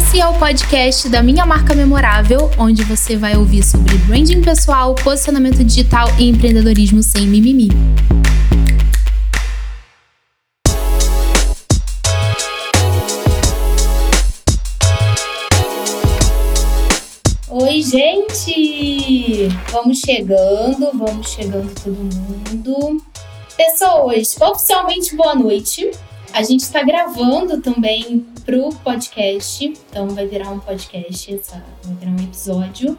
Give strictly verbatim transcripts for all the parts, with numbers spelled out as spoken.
Esse é o podcast da Minha Marca Memorável, onde você vai ouvir sobre branding pessoal, posicionamento digital e empreendedorismo sem mimimi. Oi, gente! Vamos chegando, vamos chegando todo mundo. Pessoas, oficialmente boa noite. A gente está gravando também pro podcast, então vai virar um podcast, essa, vai virar um episódio.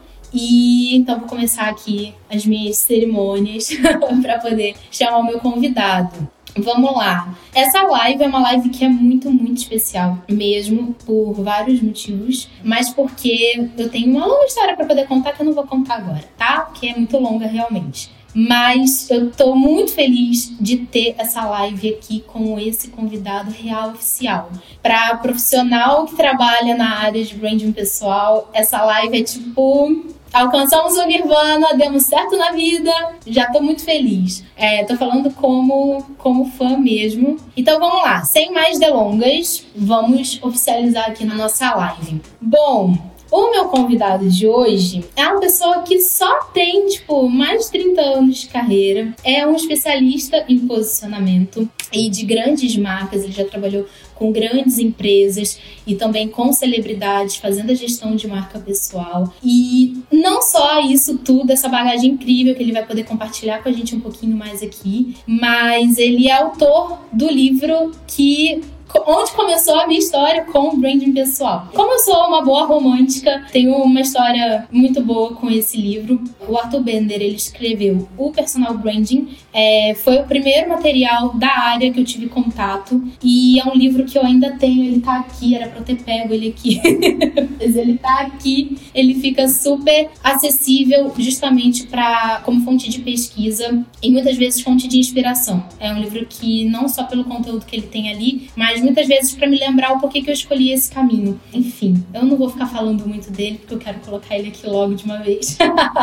E então vou começar aqui as minhas cerimônias para poder chamar o meu convidado. Vamos lá. Essa live é uma live que é muito, muito especial mesmo, por vários motivos, mas porque eu tenho uma longa história para poder contar que eu não vou contar agora, tá? Porque é muito longa realmente. Mas eu tô muito feliz de ter essa live aqui com esse convidado real oficial. Para profissional que trabalha na área de branding pessoal, essa live é tipo... alcançamos o Nirvana, demos certo na vida, já tô muito feliz. É, tô falando como, como fã mesmo. Então vamos lá, sem mais delongas, vamos oficializar aqui na nossa live. Bom... o meu convidado de hoje é uma pessoa que só tem, tipo, mais de trinta anos de carreira. É um especialista em posicionamento e de grandes marcas. Ele já trabalhou com grandes empresas e também com celebridades, fazendo a gestão de marca pessoal. E não só isso tudo, essa bagagem incrível que ele vai poder compartilhar com a gente um pouquinho mais aqui, mas ele é autor do livro que... onde começou a minha história com o branding pessoal. Como eu sou uma boa romântica, tenho uma história muito boa com esse livro. O Arthur Bender, ele escreveu o Personal Branding. É, foi o primeiro material da área que eu tive contato. E é um livro que eu ainda tenho. Ele tá aqui, era pra eu ter pego ele aqui. Mas ele tá aqui. Ele fica super acessível justamente pra, como fonte de pesquisa e muitas vezes fonte de inspiração. É um livro que não só pelo conteúdo que ele tem ali, mas muitas vezes para me lembrar o porquê que eu escolhi esse caminho. Enfim, eu não vou ficar falando muito dele, porque eu quero colocar ele aqui logo de uma vez.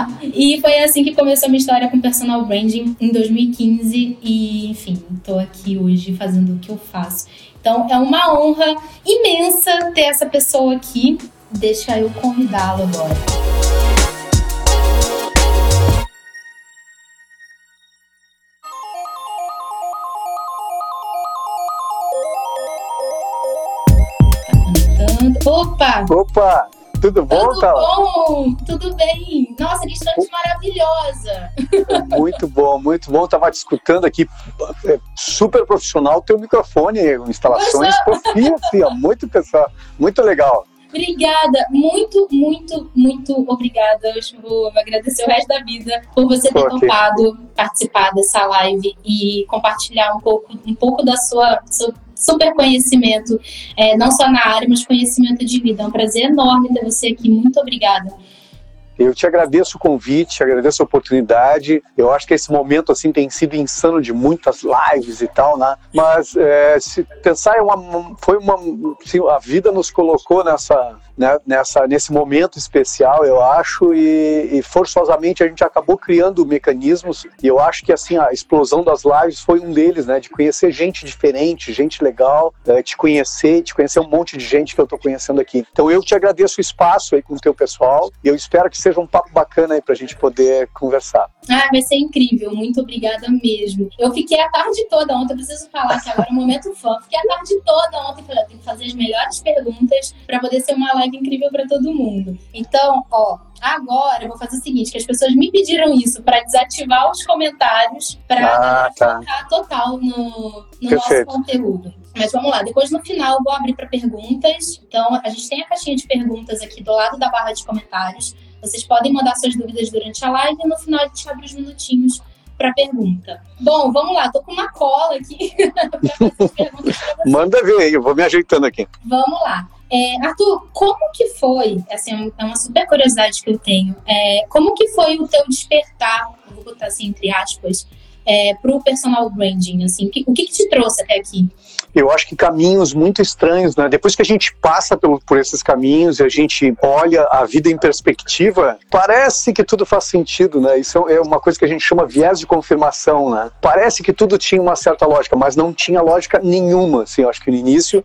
E foi assim que começou a minha história com personal branding, em dois mil e quinze. E, enfim, tô aqui hoje fazendo o que eu faço. Então, é uma honra imensa ter essa pessoa aqui. Deixa eu convidá-lo agora. Opa! Opa! Tudo bom, Tudo Tala? bom? Tudo bem? Nossa, que estante maravilhosa! Muito bom, muito bom. Tava te escutando aqui, é, super profissional, teu microfone, instalações fofinhas, assim, ó, muito pessoal, muito legal. Obrigada, muito, muito, muito obrigada. Eu vou agradecer o resto da vida por você ter okay. topado participar dessa live e compartilhar um pouco, um pouco da sua... sua super conhecimento, é, não só na área, mas conhecimento de vida. É um prazer enorme ter você aqui. Muito obrigada. Eu te agradeço o convite, agradeço a oportunidade. Eu acho que esse momento assim tem sido insano de muitas lives e tal, né? Mas é, se pensar, é uma, foi uma, assim, a vida nos colocou nessa, né, nessa, nesse momento especial, eu acho, e, e forçosamente a gente acabou criando mecanismos. E eu acho que assim a explosão das lives foi um deles, né? De conhecer gente diferente, gente legal, é, te conhecer, te conhecer um monte de gente que eu tô conhecendo aqui. Então eu te agradeço o espaço aí com o teu pessoal. E eu espero que seja um papo bacana aí pra gente poder conversar. Ah, vai ser incrível. Muito obrigada mesmo. Eu fiquei a tarde toda ontem, eu preciso falar que agora é o momento fã. Fiquei a tarde toda ontem, falei, eu tenho que fazer as melhores perguntas pra poder ser uma live incrível pra todo mundo. Então, ó, agora eu vou fazer o seguinte, que as pessoas me pediram isso pra desativar os comentários, pra ah, tá. focar total no, no nosso conteúdo. Mas vamos lá, depois no final eu vou abrir para perguntas. Então, a gente tem a caixinha de perguntas aqui do lado da barra de comentários. Vocês podem mandar suas dúvidas durante a live e no final a gente abre os minutinhos para pergunta. Bom, vamos lá, tô com uma cola aqui para fazer as perguntas para vocês. Manda ver aí, eu vou me ajeitando aqui. Vamos lá. É, Arthur, como que foi, assim, é uma super curiosidade que eu tenho, é, como que foi o teu despertar, vou botar assim entre aspas, é, para o personal branding, assim, o que, que te trouxe até aqui? Eu acho que caminhos muito estranhos, né? Depois que a gente passa pelo, por esses caminhos e a gente olha a vida em perspectiva, parece que tudo faz sentido, né? Isso é uma coisa que a gente chama viés de confirmação, né? Parece que tudo tinha uma certa lógica, mas não tinha lógica nenhuma, assim. Eu acho que no início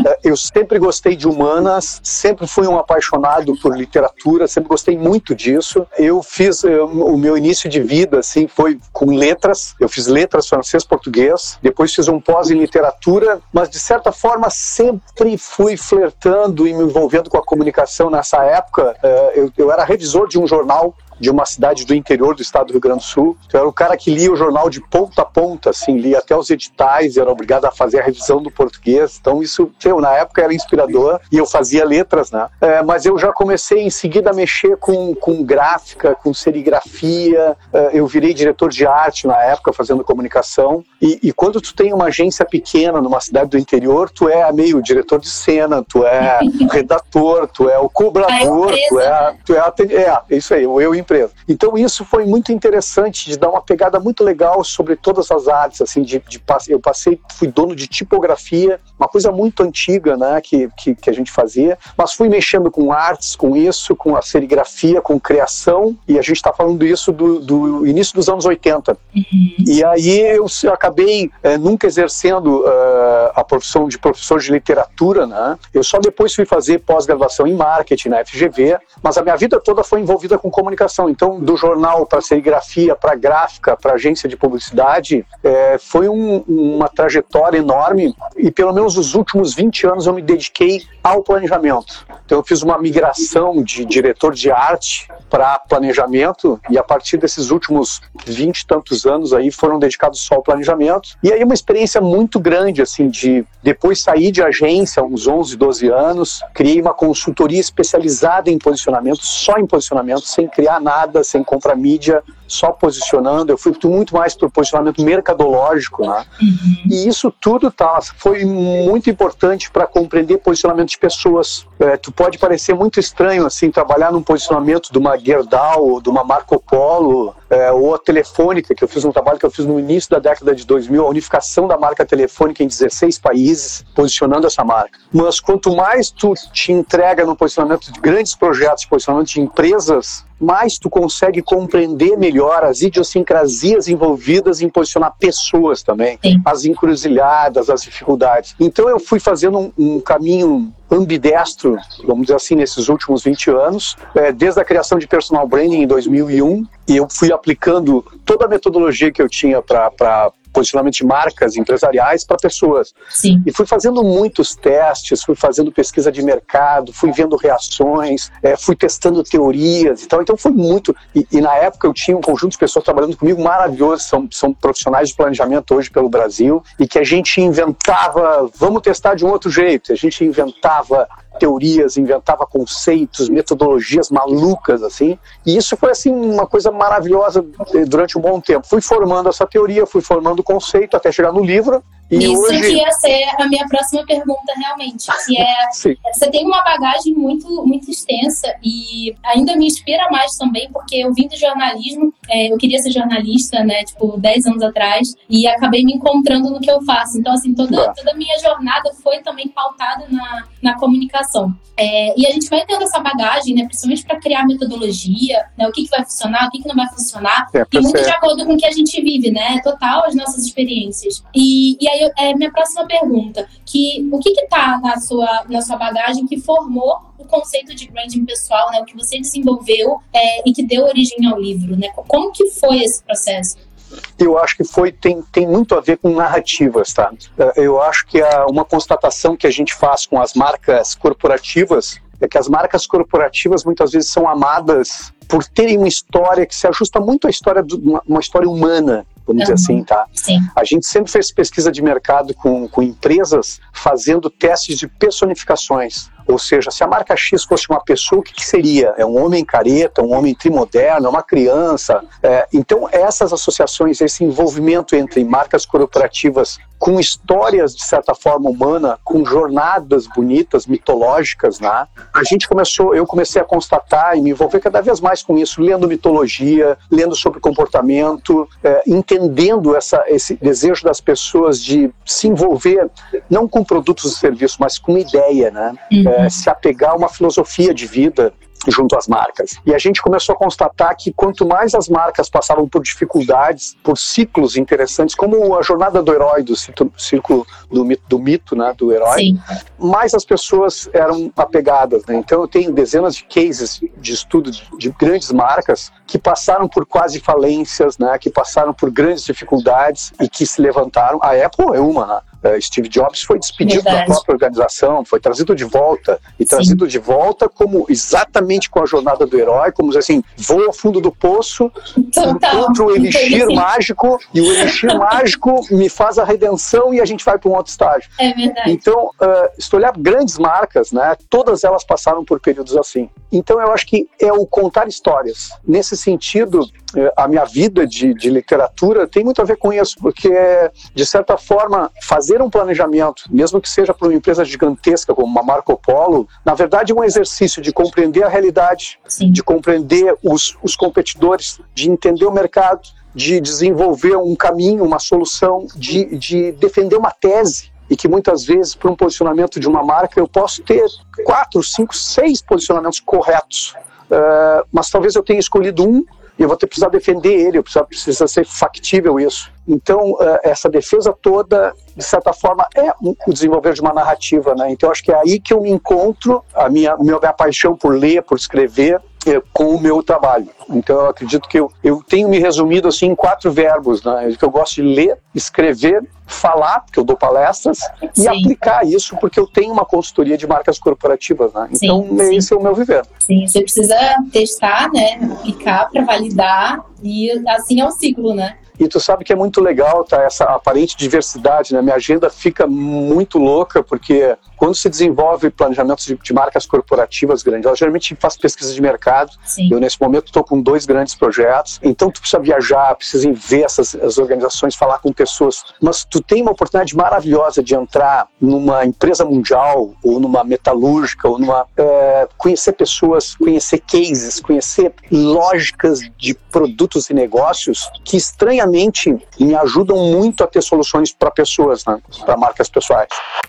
Eu sempre gostei de humanas, sempre fui um apaixonado por literatura, sempre gostei muito disso. Eu fiz, eu, o meu início de vida, assim, foi com letras. Eu fiz letras francês, português, depois fiz um pós em literatura, mas de certa forma sempre fui flertando e me envolvendo com a comunicação. Nessa época, eu, eu era revisor de um jornal de uma cidade do interior do estado do Rio Grande do Sul. Eu era o cara que lia o jornal de ponta a ponta, assim, lia até os editais, era obrigado a fazer a revisão do português. Então isso, eu, na época, era inspirador e eu fazia letras, né? É, mas eu já comecei em seguida a mexer com, com gráfica, com serigrafia. É, eu virei diretor de arte na época, fazendo comunicação. E, e quando tu tem uma agência pequena numa cidade do interior, tu é meio diretor de cena, tu é redator, tu é o cobrador, tu é, tu é, é, é isso aí, eu, eu empresa. Então isso foi muito interessante, de dar uma pegada muito legal sobre todas as artes, assim, de, de, eu passei, fui dono de tipografia, uma coisa muito antiga, né, que, que, que a gente fazia, mas fui mexendo com artes, com isso, com a serigrafia, com criação, e a gente está falando isso do, do início dos anos oitenta. Uhum. E aí eu, eu acabei é, nunca exercendo uh, a profissão de professor de literatura, né, eu só depois fui fazer pós-graduação em marketing na F G V, mas a minha vida toda foi envolvida com comunicação. Então, do jornal para serigrafia, para gráfica, para agência de publicidade, é, foi um, uma trajetória enorme e pelo menos os últimos vinte anos eu me dediquei ao planejamento. Então, eu fiz uma migração de diretor de arte para planejamento e a partir desses últimos vinte e tantos anos aí foram dedicados só ao planejamento. E aí uma experiência muito grande, assim, de depois sair de agência, uns onze, doze anos, criei uma consultoria especializada em posicionamento, só em posicionamento, sem criar nada, sem comprar mídia, só posicionando. Eu fui muito mais para o posicionamento mercadológico, né? Uhum. E isso tudo tá, foi muito importante para compreender posicionamento de pessoas. É, tu pode parecer muito estranho assim, trabalhar num posicionamento de uma Gerdau, ou de uma Marco Polo, é, ou a Telefônica, que eu fiz um trabalho que eu fiz no início da década de dois mil, a unificação da marca Telefônica em dezesseis países, posicionando essa marca. Mas quanto mais tu te entrega no posicionamento de grandes projetos, de posicionamento de empresas, mais tu consegue compreender melhor as idiosincrasias envolvidas em posicionar pessoas também, Sim. as encruzilhadas, as dificuldades. Então eu fui fazendo um, um caminho ambidestro, vamos dizer assim, nesses últimos vinte anos, é, desde a criação de personal branding em dois mil e um, e eu fui aplicando toda a metodologia que eu tinha para posicionamento de marcas empresariais para pessoas. Sim. E fui fazendo muitos testes, fui fazendo pesquisa de mercado, fui vendo reações, é, fui testando teorias e tal. Então foi muito... E, e na época eu tinha um conjunto de pessoas trabalhando comigo maravilhoso, são, são profissionais de planejamento hoje pelo Brasil, e que a gente inventava, vamos testar de um outro jeito, a gente inventava teorias, inventava conceitos, metodologias malucas, assim, e isso foi, assim, uma coisa maravilhosa durante um bom tempo. Fui formando essa teoria, fui formando o conceito até chegar no livro. E isso hoje... que ia ser a minha próxima pergunta, realmente, que é, você tem uma bagagem muito, muito extensa e ainda me inspira mais também, porque eu vim do jornalismo, é, eu queria ser jornalista, né, tipo, dez anos atrás, e acabei me encontrando no que eu faço. Então, assim, toda, toda a minha jornada foi também pautada na, na comunicação. É, e a gente vai tendo essa bagagem, né, principalmente para criar metodologia, né, o que, que vai funcionar, o que, que não vai funcionar, é, e muito ser. de acordo com o que a gente vive, né, total as nossas experiências. E, e aí, é, minha próxima pergunta, que, o que que tá na sua, na sua bagagem que formou o conceito de branding pessoal, né, o que você desenvolveu é, e que deu origem ao livro, né, como que foi esse processo? Eu acho que foi, tem, tem muito a ver com narrativas, tá? Eu acho que é uma constatação que a gente faz com as marcas corporativas é que as marcas corporativas muitas vezes são amadas por terem uma história que se ajusta muito à história, de uma, uma história humana, vamos uhum. dizer assim, tá? Sim. A gente sempre fez pesquisa de mercado com, com empresas fazendo testes de personificações. Ou seja, se a marca X fosse uma pessoa, o que, que seria? É um homem careta, um homem trimoderno, é uma criança. É, então, essas associações, esse envolvimento entre marcas corporativas com histórias, de certa forma, humana, com jornadas bonitas, mitológicas, né? A gente começou, eu comecei a constatar e me envolver cada vez mais com isso, lendo mitologia, lendo sobre comportamento, é, entendendo essa, esse desejo das pessoas de se envolver, não com produtos e serviços, mas com ideia, né? Uhum. É, se apegar a uma filosofia de vida. junto às marcas. E a gente começou a constatar que quanto mais as marcas passavam por dificuldades, por ciclos interessantes, como a jornada do herói, do círculo do mito, do, mito, né, do herói, Sim. mais as pessoas eram apegadas, né? Então eu tenho dezenas de cases de estudo de, de grandes marcas que passaram por quase falências, né, que passaram por grandes dificuldades e que se levantaram. A Apple é uma, né? Steve Jobs foi despedido Verdade. da própria organização, foi trazido de volta, e Sim. trazido de volta como exatamente com a jornada do herói, como assim, vou ao fundo do poço, encontro o elixir mágico, e o elixir mágico me faz a redenção e a gente vai para um outro estágio. É verdade. Então, uh, se tu olhar grandes marcas, né, todas elas passaram por períodos assim. Então eu acho que é o contar histórias. Nesse sentido, a minha vida de, de literatura tem muito a ver com isso, porque, de certa forma, fazer um planejamento, mesmo que seja para uma empresa gigantesca como uma Marco Polo, na verdade é um exercício de compreender a realidade, Sim. de compreender os, os competidores, de entender o mercado, de desenvolver um caminho, uma solução, de, de defender uma tese. E que muitas vezes, para um posicionamento de uma marca, eu posso ter quatro, cinco, seis posicionamentos corretos. Uh, mas talvez eu tenha escolhido um e eu vou ter precisar defender ele, eu preciso, precisa ser factível isso. Então, uh, essa defesa toda, de certa forma, é o desenvolver de uma narrativa, né? Então, acho que é aí que eu me encontro, a minha, minha paixão por ler, por escrever, com o meu trabalho. Então eu acredito que eu, eu tenho me resumido assim em quatro verbos, né? Que eu gosto de ler, escrever, falar, porque eu dou palestras, sim. e aplicar isso, porque eu tenho uma consultoria de marcas corporativas, né? Então sim, esse sim. é o meu viver. Sim, você precisa testar, né? Aplicar para validar, e assim é o ciclo, né? E tu sabe que é muito legal, tá? Essa aparente diversidade, né? Minha agenda fica muito louca, porque quando se desenvolve planejamentos de, de marcas corporativas grandes, eu geralmente faço pesquisa de mercado. Sim. Eu, nesse momento, estou com dois grandes projetos. Então, tu precisa viajar, precisa ver essas as organizações, falar com pessoas. Mas tu tem uma oportunidade maravilhosa de entrar numa empresa mundial, ou numa metalúrgica, ou numa... É, conhecer pessoas, conhecer cases, conhecer lógicas de produtos e negócios que, estranhamente, me ajudam muito a ter soluções para pessoas, né? Para marcas pessoais.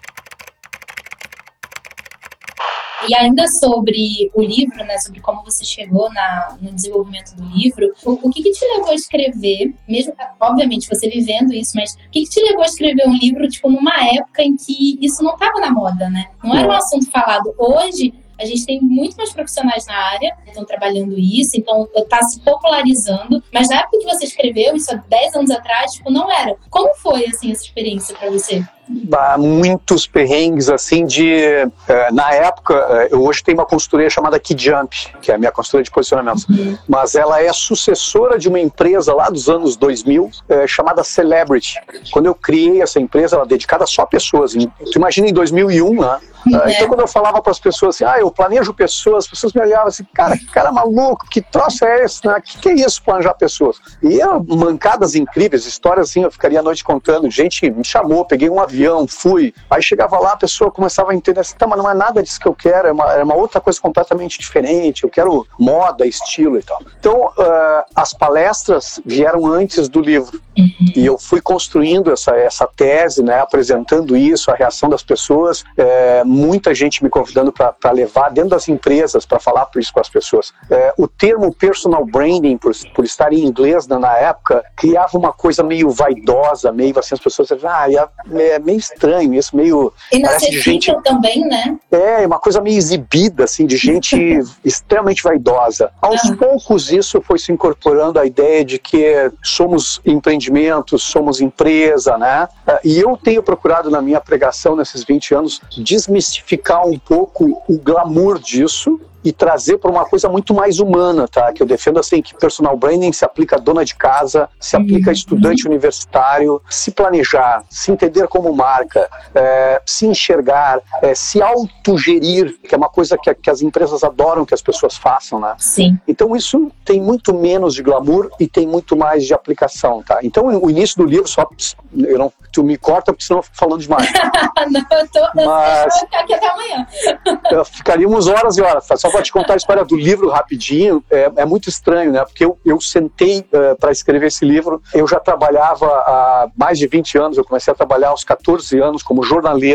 E ainda sobre o livro, né, sobre como você chegou na, no desenvolvimento do livro, o, o que, que te levou a escrever, mesmo, obviamente, você vivendo isso, mas o que, que te levou a escrever um livro, tipo, numa época em que isso não estava na moda, né? Não era um assunto falado. Hoje, a gente tem muito mais profissionais na área que estão trabalhando isso, então está se popularizando, mas na época que você escreveu, isso há dez anos atrás, tipo, não era. Como foi, assim, essa experiência para você? Há muitos perrengues, assim, de... Uh, na época, uh, eu hoje tenho uma consultoria chamada KeyJump, que é a minha consultoria de posicionamentos, uhum. mas ela é sucessora de uma empresa lá dos anos dois mil, uh, chamada Celebrity. Quando eu criei essa empresa, ela é dedicada só a pessoas. Tu imagina em dois mil e um, né? Uh, é. Então, quando eu falava para as pessoas assim, ah, eu planejo pessoas, as pessoas me olhavam assim, cara, que cara maluco, que troço é esse, né? Que que é isso, planejar pessoas? E eram mancadas incríveis, histórias assim, eu ficaria a noite contando, gente me chamou, peguei um avião, fui, aí chegava lá, a pessoa começava a entender assim, tá, mas não é nada disso que eu quero, é uma, é uma outra coisa completamente diferente, eu quero moda, estilo e tal. Então, uh, as palestras vieram antes do livro, uhum. e eu fui construindo essa, essa tese, né, apresentando isso, a reação das pessoas, é, muita gente me convidando para levar dentro das empresas, para falar por isso com as pessoas. É, o termo personal branding, por, por estar em inglês na, na época, criava uma coisa meio vaidosa, meio assim, as pessoas diziam, ah, é, é meio estranho isso, meio... Inacessível também, né? É, uma coisa meio exibida, assim, de gente extremamente vaidosa. Aos ah. poucos isso foi se incorporando a ideia de que somos empreendimentos, somos empresa, né? E eu tenho procurado na minha pregação nesses vinte anos desmistificar um pouco o glamour disso e trazer para uma coisa muito mais humana, tá? Que eu defendo assim, que personal branding se aplica a dona de casa, se aplica a estudante universitário, se planejar, se entender como marca, é, se enxergar, é, se autogerir, que é uma coisa que, que as empresas adoram que as pessoas façam, né? Sim. Então isso tem muito menos de glamour e tem muito mais de aplicação, tá? Então o início do livro, só eu não, tu me corta porque senão eu fico falando demais. Não, eu tô, Mas, eu vou ficar aqui até amanhã. Ficaríamos horas e horas, tá? Só para te contar a história do livro rapidinho, é, é muito estranho, né? Porque eu, eu sentei uh, para escrever esse livro, eu já trabalhava há mais de vinte anos, eu comecei a trabalhar aos catorze anos como jornaleiro,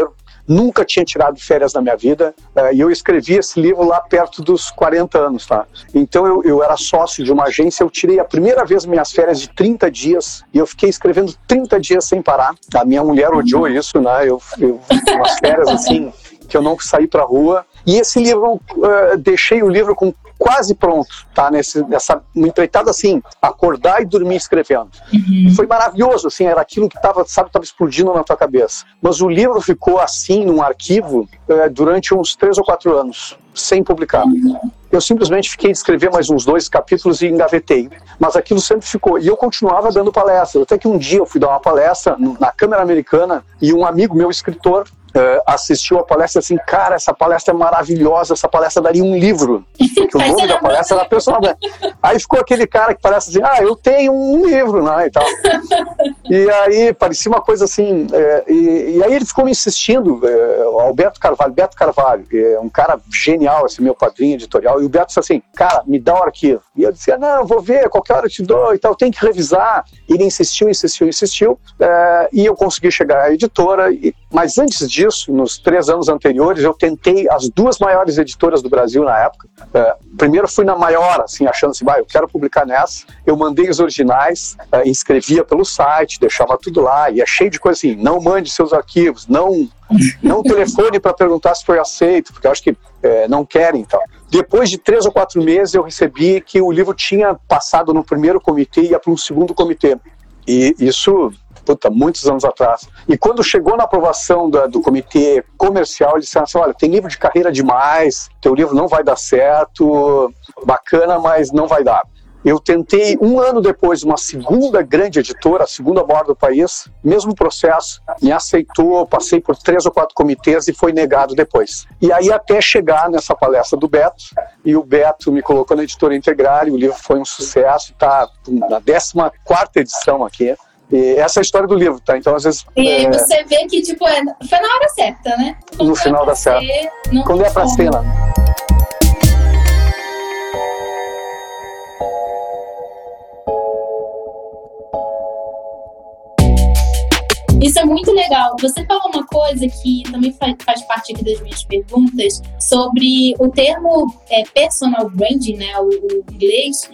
nunca tinha tirado férias na minha vida, uh, e eu escrevi esse livro lá perto dos quarenta anos, tá? Então eu, eu era sócio de uma agência, eu tirei a primeira vez minhas férias de trinta dias, e eu fiquei escrevendo trinta dias sem parar. A minha mulher odiou isso, né? Eu, eu umas férias assim, que eu não saí pra rua. E esse livro, uh, deixei o livro com quase pronto, tá? Nesse, nessa empreitada assim, acordar e dormir escrevendo. Uhum. Foi maravilhoso, assim, era aquilo que tava, sabe, tava explodindo na tua cabeça. Mas o livro ficou assim, num arquivo, uh, durante uns três ou quatro anos, sem publicar. Uhum. Eu simplesmente fiquei de escrever mais uns dois capítulos e engavetei. Mas aquilo sempre ficou. E eu continuava dando palestras. Até que um dia eu fui dar uma palestra na Câmara Americana e um amigo meu, escritor, Uh, assistiu a palestra assim, cara, essa palestra é maravilhosa, essa palestra daria um livro, porque o nome da palestra era personal. Aí ficou aquele cara que parece assim, ah, eu tenho um livro, né, e tal. E aí parecia uma coisa assim, é, e, e aí ele ficou me insistindo, é, o Alberto Carvalho, Beto Carvalho, é um cara genial, assim, meu padrinho editorial, e o Beto disse assim, cara, me dá o arquivo. E eu disse, não, vou ver, qualquer hora eu te dou e tal, tem que revisar. Ele insistiu, insistiu, insistiu, é, e eu consegui chegar à editora, e, mas antes disso, nos três anos anteriores, eu tentei as duas maiores editoras do Brasil na época. É, primeiro fui na maior, assim, achando assim, bah, eu quero publicar nessa. Eu mandei os originais, é, inscrevia pelo site, deixava tudo lá, e é cheio de coisa assim, não mande seus arquivos, não, não telefone para perguntar se foi aceito, porque eu acho que é, não querem e tal. Depois de três ou quatro meses, eu recebi que o livro tinha passado no primeiro comitê e ia para um segundo comitê. E isso... Puta, muitos anos atrás. E quando chegou na aprovação da, do comitê comercial, eles disseram assim, olha, tem livro de carreira demais, teu livro não vai dar certo, bacana, mas não vai dar. Eu tentei, um ano depois, uma segunda grande editora, a segunda maior do país, mesmo processo, me aceitou, passei por três ou quatro comitês e foi negado depois. E aí até chegar nessa palestra do Beto, e o Beto me colocou na editora Integrar, e o livro foi um sucesso, está na décima quarta edição aqui. E essa é a história do livro, tá? Então, às vezes... E é... você vê que, tipo, é... foi na hora certa, né? Quando no final dá certo. Quando é pra ser, né? Isso é muito legal. Você falou uma coisa que também faz, faz parte aqui das minhas perguntas sobre o termo é, personal branding, né, o, o inglês,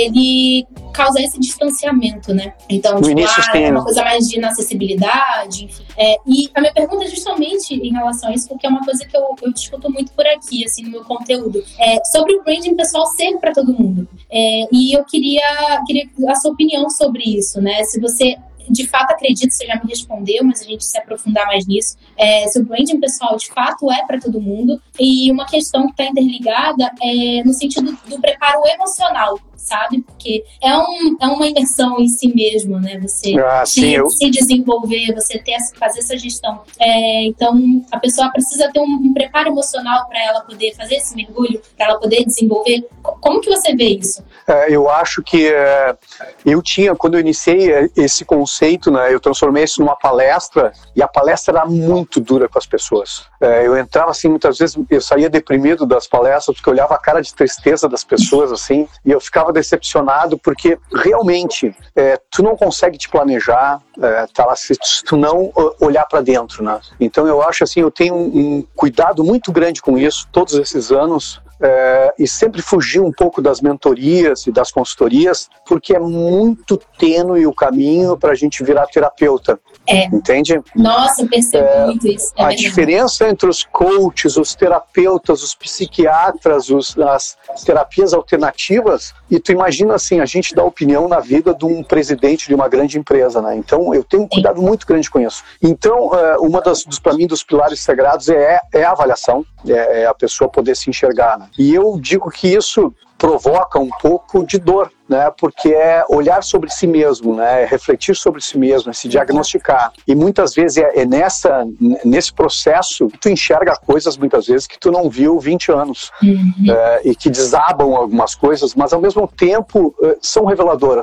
ele causa esse distanciamento, né? Então, no tipo, início, ah, é uma coisa mais de inacessibilidade, enfim. É, e a minha pergunta é justamente em relação a isso, porque é uma coisa que eu, eu discuto muito por aqui, assim, no meu conteúdo. É, sobre o branding pessoal ser para todo mundo. É, e eu queria, queria a sua opinião sobre isso, né? Se você... de fato acredito, você já me respondeu, mas a gente se aprofundar mais nisso, é, se o branding pessoal de fato é para todo mundo, e uma questão que está interligada é no sentido do preparo emocional, sabe? Porque é, um, é uma imersão em si mesmo, né? Você ah, se, sim, eu... se desenvolver, você ter, fazer essa gestão. É, então, a pessoa precisa ter um, um preparo emocional para ela poder fazer esse mergulho, para ela poder desenvolver. Como que você vê isso? É, eu acho que é, eu tinha, quando eu iniciei esse conceito, né, eu transformei isso numa palestra, e a palestra era muito dura com as pessoas. É, eu entrava assim, muitas vezes, eu saía deprimido das palestras, porque eu olhava a cara de tristeza das pessoas, assim, e eu ficava decepcionado, porque realmente é, tu não consegue te planejar, é, tá lá, se tu não olhar para dentro, né? Então eu acho assim, eu tenho um, um cuidado muito grande com isso, todos esses anos, é, e sempre fugi um pouco das mentorias e das consultorias, porque é muito tênue o caminho para a gente virar terapeuta. É. Entende? Nossa, eu percebo é, muito isso. É a verdade. Diferença entre os coaches, os terapeutas, os psiquiatras, os, as terapias alternativas, e tu imagina assim, a gente dá opinião na vida de um presidente de uma grande empresa, né? Então eu tenho um cuidado Sim. muito grande com isso. Então, uma das, dos, para mim, dos pilares sagrados é, é a avaliação, é, é a pessoa poder se enxergar, né? E eu digo que isso provoca um pouco de dor, né? Porque é olhar sobre si mesmo, né? É refletir sobre si mesmo, é se diagnosticar. E muitas vezes é, é nessa, nesse processo que tu enxerga coisas, muitas vezes, que tu não viu vinte anos. Uhum. É, e que desabam algumas coisas, mas ao mesmo tempo são reveladoras, tá?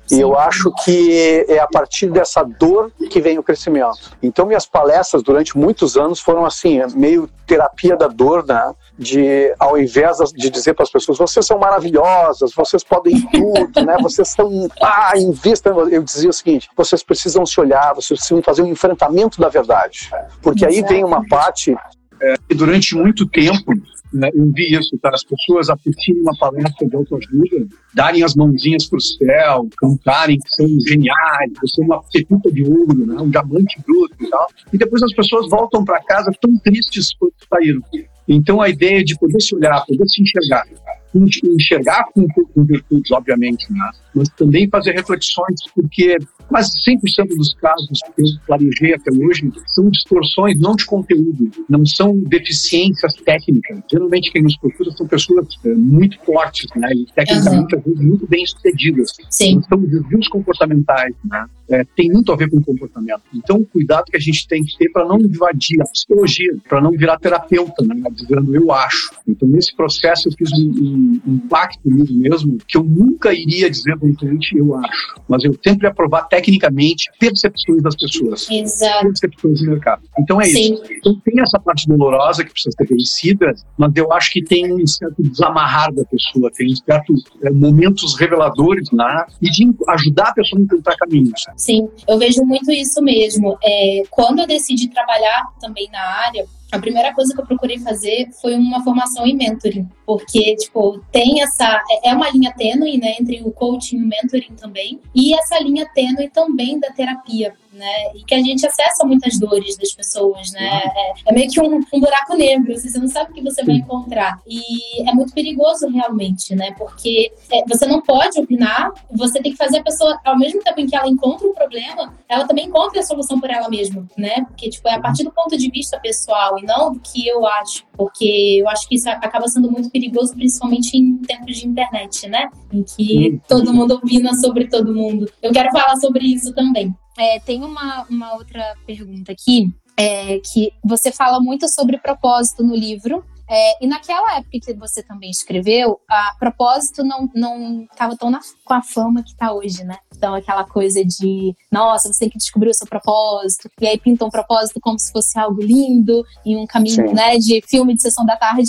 E eu acho que é a partir dessa dor que vem o crescimento. Então minhas palestras durante muitos anos foram assim, meio terapia da dor, né? De, ao invés de dizer para as pessoas, vocês são maravilhosas, vocês podem tudo, né? Vocês são, ah, invista. Eu dizia o seguinte, vocês precisam se olhar, vocês precisam fazer um enfrentamento da verdade. Porque aí vem uma parte... É, durante muito tempo, né, eu vi isso, tá? As pessoas assistirem uma palestra de autoajuda, darem as mãozinhas pro céu, cantarem que são geniais, você é uma pepita de ouro, né, um diamante bruto e tal, e depois as pessoas voltam para casa tão tristes quanto saíram. Então a ideia de poder se olhar, poder se enxergar, enxergar com, com virtudes, obviamente, né? Mas também fazer reflexões, porque quase cem por cento dos casos que eu planejei até hoje são distorções não de conteúdo, não são deficiências técnicas. Geralmente quem nos procura são pessoas é, muito fortes, né? E tecnicamente, às vezes, muito bem sucedidas. Sim. Então, desvios comportamentais, né? É, tem muito a ver com o comportamento. Então, o cuidado que a gente tem que ter para não invadir a psicologia, para não virar terapeuta, né? Dizendo eu acho. Então, nesse processo, eu fiz um, um, um pacto comigo mesmo que eu nunca iria dizer para um cliente eu acho, mas eu sempre ia aprovar tecnicamente percepções das pessoas. Exato. Percepções do mercado. Então, é Sim. isso. Então, tem essa parte dolorosa que precisa ser vencida, mas eu acho que tem um certo desamarrar da pessoa, tem um certo é, momentos reveladores, né? E de ajudar a pessoa a encontrar caminhos. Sim, eu vejo muito isso mesmo. É, quando eu decidi trabalhar também na área, a primeira coisa que eu procurei fazer foi uma formação em mentoring, porque, tipo, tem essa... É uma linha tênue, né, entre o coaching e o mentoring também, e essa linha tênue também da terapia, né, e que a gente acessa muitas dores das pessoas, né, é, é meio que um, um buraco negro, você não sabe o que você vai encontrar, e é muito perigoso realmente, né, porque é, você não pode opinar, você tem que fazer a pessoa, ao mesmo tempo em que ela encontra um problema, ela também encontra a solução por ela mesma, né, porque, tipo, é a partir do ponto de vista pessoal, e não do que eu acho, porque eu acho que isso acaba sendo muito perigoso, principalmente em tempos de internet, né, em que Sim. todo mundo opina sobre todo mundo. Eu quero falar sobre isso também. É, tem uma, uma outra pergunta aqui, é, que você fala muito sobre propósito no livro, é, e naquela época que você também escreveu, a propósito não não estava tão na, com a fama que está hoje, né? Então aquela coisa de, nossa, você tem que descobrir o seu propósito, e aí pintam um propósito como se fosse algo lindo, e um caminho, Sim. né, de filme de sessão da tarde.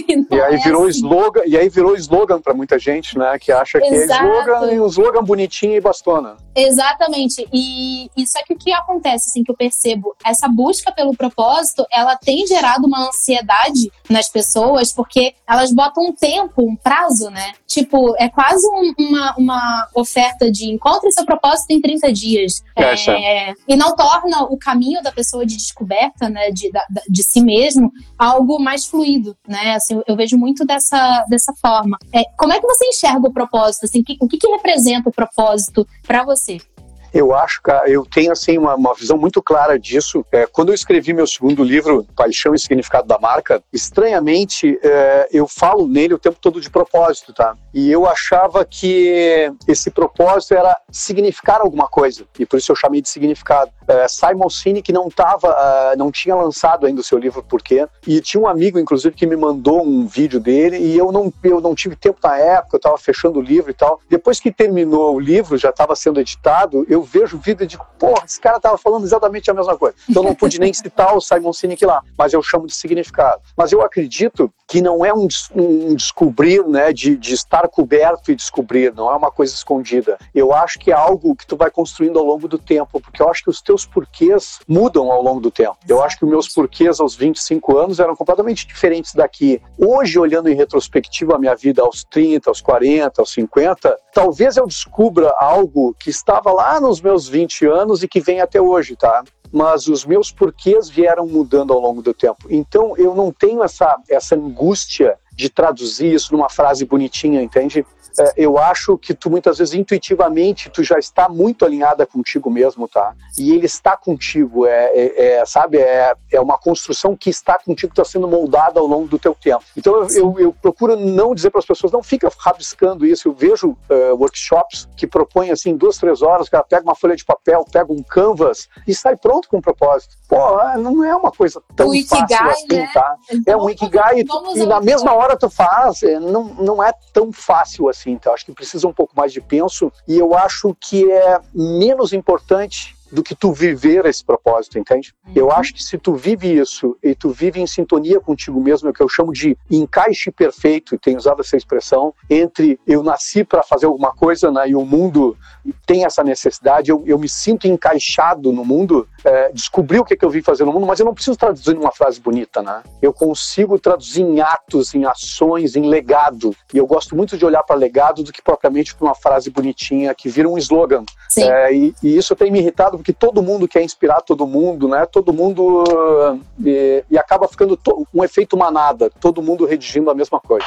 e aí é virou assim. slogan, e aí virou slogan para muita gente, né, que acha Exato. que é slogan, e um slogan bonitinho e bastona. Exatamente, e, e só que o que acontece, assim, que eu percebo, essa busca pelo propósito, ela tem gerado uma ansiedade nas pessoas, porque elas botam um tempo, um prazo, né? Tipo, é quase um, uma, uma oferta de encontre seu propósito em trinta dias. É, e não torna o caminho da pessoa de descoberta, né, de, da, de si mesmo, algo mais fluido, né? Assim, eu, eu vejo muito dessa, dessa forma. É, como é que você enxerga o propósito? Assim, que, o que, que representa o propósito para você? Eu acho, cara, eu tenho assim uma, uma visão muito clara disso. É, quando eu escrevi meu segundo livro, Paixão e Significado da Marca, estranhamente é, eu falo nele o tempo todo de propósito, tá? E eu achava que esse propósito era significar alguma coisa, e por isso eu chamei de significado. É, Simon Sinek não tava, uh, não tinha lançado ainda o seu livro Porquê, e tinha um amigo, inclusive, que me mandou um vídeo dele, e eu não, eu não tive tempo na época, eu estava fechando o livro e tal. Depois que terminou o livro, já estava sendo editado, eu vejo o vídeo e digo, porra, esse cara estava falando exatamente a mesma coisa. Então eu não pude nem citar o Simon Sinek lá, mas eu chamo de significado. Mas eu acredito que não é um, um descobrir, né, de, de estar coberto e descobrir, não é uma coisa escondida. Eu acho que é algo que tu vai construindo ao longo do tempo, porque eu acho que os teus porquês mudam ao longo do tempo. Eu acho que os meus porquês aos vinte e cinco anos eram completamente diferentes daqui. Hoje, olhando em retrospectiva a minha vida aos trinta, aos quarenta, aos cinquenta, talvez eu descubra algo que estava lá nos meus vinte anos e que vem até hoje, tá? Mas os meus porquês vieram mudando ao longo do tempo. Então, eu não tenho essa, essa angústia de traduzir isso numa frase bonitinha, entende? É, eu acho que tu, muitas vezes, intuitivamente, tu já está muito alinhada contigo mesmo, tá? E ele está contigo, é, é, é, sabe? É, é uma construção que está contigo, está sendo moldada ao longo do teu tempo. Então, eu, eu, eu procuro não dizer para as pessoas, não fica rabiscando isso. Eu vejo uh, workshops que propõem, assim, duas, três horas, o cara pega uma folha de papel, pega um canvas e sai pronto com um propósito. Pô, não é uma coisa tão o fácil Ikigai, assim, né? tá? Então, é um Ikigai e, tu, e na mesma hora tu faz, não, não é tão fácil assim. assim, então acho que precisa um pouco mais de penso, e eu acho que é menos importante do que tu viver esse propósito, entende? Uhum. Eu acho que se tu vive isso e tu vive em sintonia contigo mesmo, é o que eu chamo de encaixe perfeito, e tenho usado essa expressão, entre eu nasci para fazer alguma coisa, né, e o mundo tem essa necessidade, eu, eu me sinto encaixado no mundo, é, descobri o que, que eu vim fazer no mundo, mas eu não preciso traduzir em uma frase bonita, né? Eu consigo traduzir em atos, em ações, em legado, e eu gosto muito de olhar para legado do que propriamente para uma frase bonitinha que vira um slogan. É, e, e isso tem me irritado porque todo mundo quer inspirar todo mundo, né? Todo mundo uh, e, e acaba ficando to- um efeito manada, todo mundo redigindo a mesma coisa.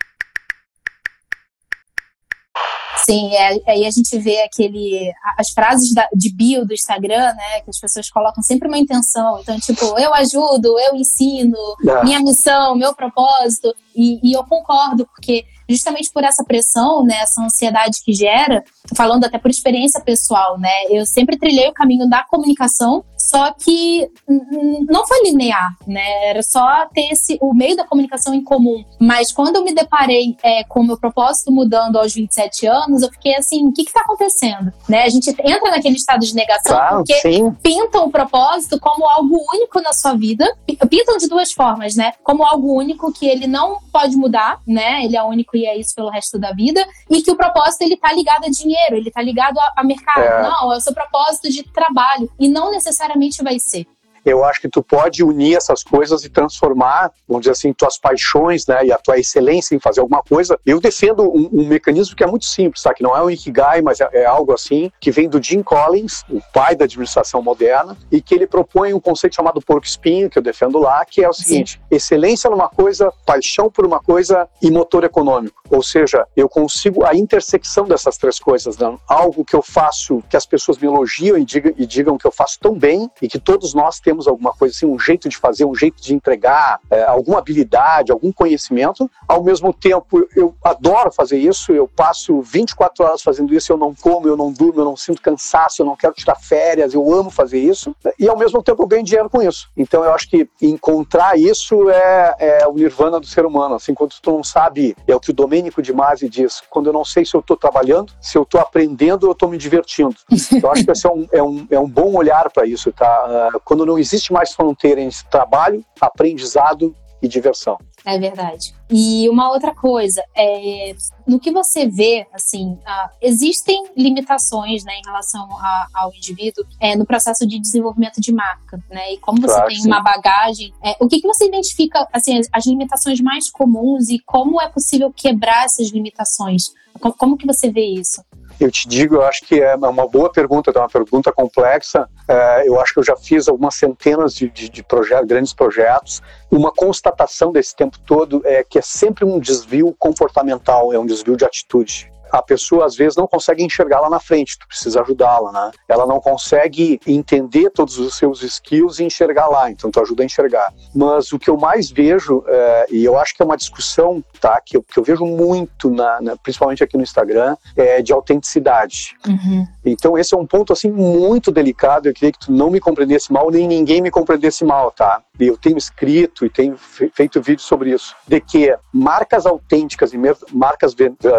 Sim, é, aí a gente vê aquele, as frases da, de bio do Instagram, né, que as pessoas colocam sempre uma intenção, então tipo, eu ajudo, eu ensino, é. minha missão, meu propósito, e, e eu concordo, porque justamente por essa pressão, né, essa ansiedade que gera, falando até por experiência pessoal, né, eu sempre trilhei o caminho da comunicação, só que não foi linear, né, era só ter esse, o meio da comunicação em comum, mas quando eu me deparei é, com o meu propósito mudando aos vinte e sete anos, eu fiquei assim, o que que tá acontecendo? Né, a gente entra naquele estado de negação, claro, porque sim. pintam o propósito como algo único na sua vida, pintam de duas formas, né, como algo único que ele não pode mudar, né, ele é único e é isso pelo resto da vida, e que o propósito ele tá ligado a dinheiro, ele tá ligado a, a mercado. É. Não, é o seu propósito de trabalho, e não necessariamente vai ser. Eu acho que tu pode unir essas coisas e transformar, vamos dizer assim, tuas paixões, né, e a tua excelência em fazer alguma coisa. Eu defendo um, um mecanismo que é muito simples, tá? Que não é um Ikigai, mas é, é algo assim, que vem do Jim Collins, o pai da administração moderna, e que ele propõe um conceito chamado porco-espinho, que eu defendo lá, que é o seguinte: sim. excelência numa coisa, paixão por uma coisa e motor econômico. Ou seja, eu consigo a intersecção dessas três coisas, né? Algo que eu faço, que as pessoas me elogiam e digam, e digam que eu faço tão bem, e que todos nós temos alguma coisa assim, um jeito de fazer, um jeito de entregar, é, alguma habilidade, algum conhecimento. Ao mesmo tempo, eu adoro fazer isso, eu passo vinte e quatro horas fazendo isso, eu não como, eu não durmo, eu não sinto cansaço, eu não quero tirar férias, eu amo fazer isso, e ao mesmo tempo eu ganho dinheiro com isso. Então eu acho que encontrar isso é, é o nirvana do ser humano, assim, quando tu não sabe, é o que o Domênico de Masi diz, quando eu não sei se eu estou trabalhando, se eu estou aprendendo ou eu estou me divertindo. Eu acho que esse é um, é um, é um bom olhar para isso, tá? Uh, quando não existe mais fronteira entre trabalho, aprendizado e diversão. É verdade. E uma outra coisa, é, no que você vê, assim, uh, existem limitações, né, em relação a, ao indivíduo é, no processo de desenvolvimento de marca, né? E como você claro, tem sim. uma bagagem, é, o que, que você identifica, assim, as, as limitações mais comuns e como é possível quebrar essas limitações? Como, como que você vê isso? Eu te digo, eu acho que é uma boa pergunta, é uma pergunta complexa. É, eu acho que eu já fiz algumas centenas de, de, de projetos, grandes projetos. Uma constatação desse tempo todo é que é sempre um desvio comportamental, é um desvio de atitude. A pessoa, às vezes, não consegue enxergar lá na frente, tu precisa ajudá-la, né? Ela não consegue entender todos os seus skills e enxergar lá, então tu ajuda a enxergar. Mas o que eu mais vejo, é, e eu acho que é uma discussão, tá, que eu, que eu vejo muito, na, na, principalmente aqui no Instagram, é de autenticidade. Uhum. Então esse é um ponto, assim, muito delicado, eu queria que tu não me compreendesse mal, nem ninguém me compreendesse mal, tá? Eu tenho escrito e tenho feito vídeo sobre isso, de que marcas autênticas e marcas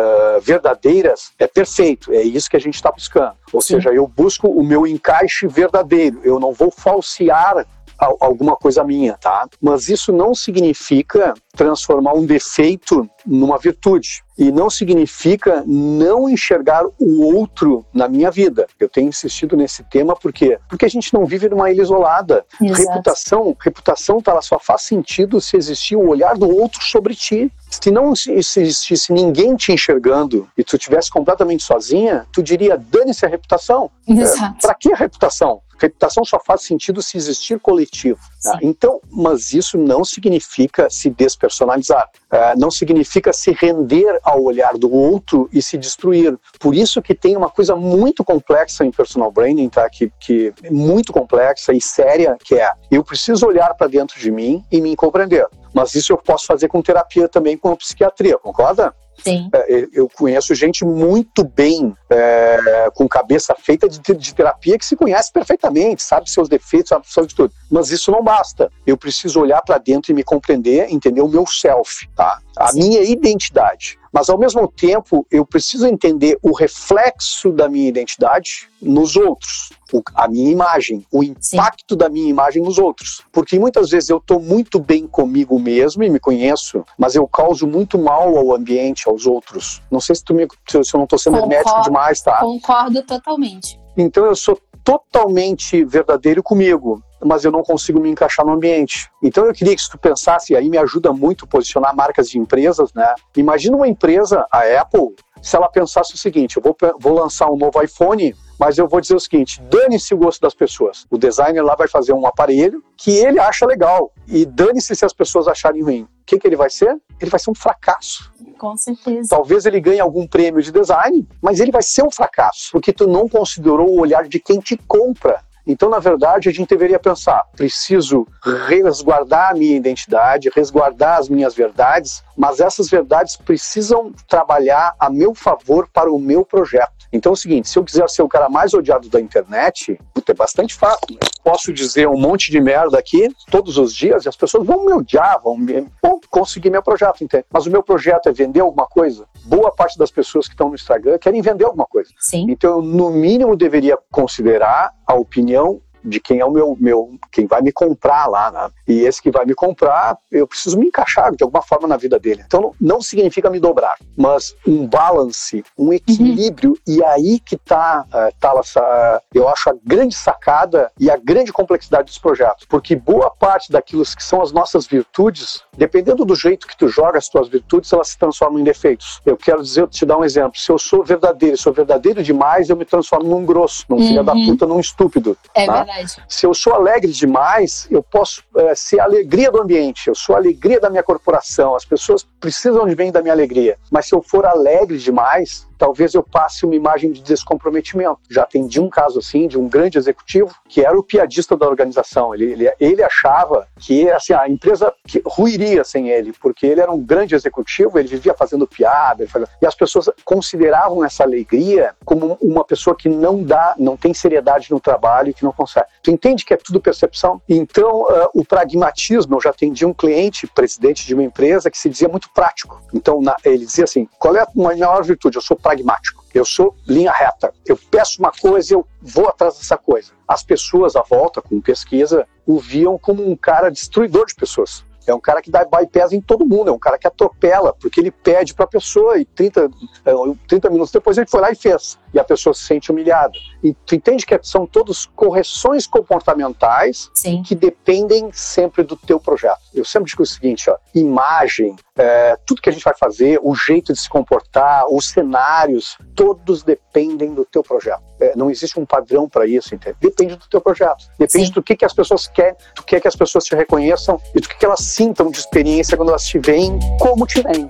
verdadeiras é perfeito, é isso que a gente está buscando. Ou Sim. seja, eu busco o meu encaixe verdadeiro, eu não vou falsear alguma coisa minha, tá? Mas isso não significa transformar um defeito numa virtude. E não significa não enxergar o outro na minha vida. Eu tenho insistido nesse tema porque porque a gente não vive numa ilha isolada. Exato. Reputação, reputação tá, ela só faz sentido se existir o olhar do outro sobre ti. Se não existisse ninguém te enxergando e tu estivesse completamente sozinha, tu diria, dane-se a reputação. Exato. É, pra que a reputação? Reputação só faz sentido se existir coletivo. Tá? Então, mas isso não significa se despersonalizar. Uh, não significa se render ao olhar do outro e se destruir. Por isso que tem uma coisa muito complexa em personal branding, tá? que, que é muito complexa e séria, que é, eu preciso olhar para dentro de mim e me compreender. Mas isso eu posso fazer com terapia também, com a psiquiatria, concorda? Sim. Eu conheço gente muito bem, é, com cabeça feita de, de terapia, que se conhece perfeitamente, sabe seus defeitos, sabe, sabe de tudo. Mas isso não basta. Eu preciso olhar para dentro e me compreender, entender o meu self, tá? A Sim. minha identidade. Mas, ao mesmo tempo, eu preciso entender o reflexo da minha identidade nos outros, o, a minha imagem, o impacto Sim. da minha imagem nos outros. Porque muitas vezes eu estou muito bem comigo mesmo e me conheço, mas eu causo muito mal ao ambiente, aos outros. Não sei se, tu me, se eu não estou sendo Concordo, hermético demais, tá? Concordo totalmente. Então eu sou totalmente verdadeiro comigo, mas eu não consigo me encaixar no ambiente. Então eu queria que se tu pensasse, e aí me ajuda muito a posicionar marcas de empresas, né? Imagina uma empresa, a Apple, se ela pensasse o seguinte, eu vou, vou lançar um novo iPhone, mas eu vou dizer o seguinte, dane-se o gosto das pessoas. O designer lá vai fazer um aparelho que ele acha legal, e dane-se se as pessoas acharem ruim. O que, que ele vai ser? Ele vai ser um fracasso. Com certeza. Talvez ele ganhe algum prêmio de design, mas ele vai ser um fracasso, porque tu não considerou o olhar de quem te compra. Então, na verdade, a gente deveria pensar, preciso resguardar a minha identidade, resguardar as minhas verdades, mas essas verdades precisam trabalhar a meu favor para o meu projeto. Então é o seguinte, se eu quiser ser o cara mais odiado da internet, puta, é bastante fácil. Né? Posso dizer um monte de merda aqui todos os dias e as pessoas vão me odiar, vão, me, vão conseguir meu projeto, entende? Mas o meu projeto é vender alguma coisa. Boa parte das pessoas que estão no Instagram querem vender alguma coisa. Sim. Então eu, no mínimo, deveria considerar a opinião de quem é o meu, meu, quem vai me comprar lá, né? E esse que vai me comprar, eu preciso me encaixar de alguma forma na vida dele. Então, não significa me dobrar, mas um balance, um equilíbrio, uhum. E aí que tá, uh, tá essa, eu acho, a grande sacada e a grande complexidade dos projetos, porque boa parte daquilo que são as nossas virtudes, dependendo do jeito que tu joga as tuas virtudes, elas se transformam em defeitos. Eu quero dizer, eu te dar um exemplo, se eu sou verdadeiro, sou verdadeiro demais, eu me transformo num grosso, num uhum. filho da puta, num estúpido. É tá? verdade. Se eu sou alegre demais, eu posso é, ser a alegria do ambiente, eu sou a alegria da minha corporação, as pessoas precisam de bem da minha alegria. Mas se eu for alegre demais, talvez eu passe uma imagem de descomprometimento. Já atendi um caso assim, de um grande executivo, que era o piadista da organização. Ele, ele, ele achava que assim, a empresa que ruiria sem ele, porque ele era um grande executivo, ele vivia fazendo piada, ele fazia... e as pessoas consideravam essa alegria como uma pessoa que não dá, não tem seriedade no trabalho e que não consegue. Tu entende que é tudo percepção? Então, uh, o pragmatismo, eu já atendi um cliente, presidente de uma empresa, que se dizia muito prático. Então, na, ele dizia assim, qual é a minha maior virtude? Eu sou pragmático. Eu sou linha reta. Eu peço uma coisa e eu vou atrás dessa coisa. As pessoas à volta, com pesquisa, o viam como um cara destruidor de pessoas. É um cara que dá bypass em todo mundo, é um cara que atropela, porque ele pede para a pessoa e trinta, trinta minutos depois ele foi lá e fez. E a pessoa se sente humilhada. E tu entende que são todas correções comportamentais Sim. que dependem sempre do teu projeto. Eu sempre digo o seguinte, ó, imagem, é, tudo que a gente vai fazer, o jeito de se comportar, os cenários, todos dependem do teu projeto. É, não existe um padrão para isso, entende? Depende do teu projeto. Depende Sim. do que, que as pessoas querem, do que, que as pessoas te reconheçam e do que, que elas sintam de experiência quando elas te veem, como te veem.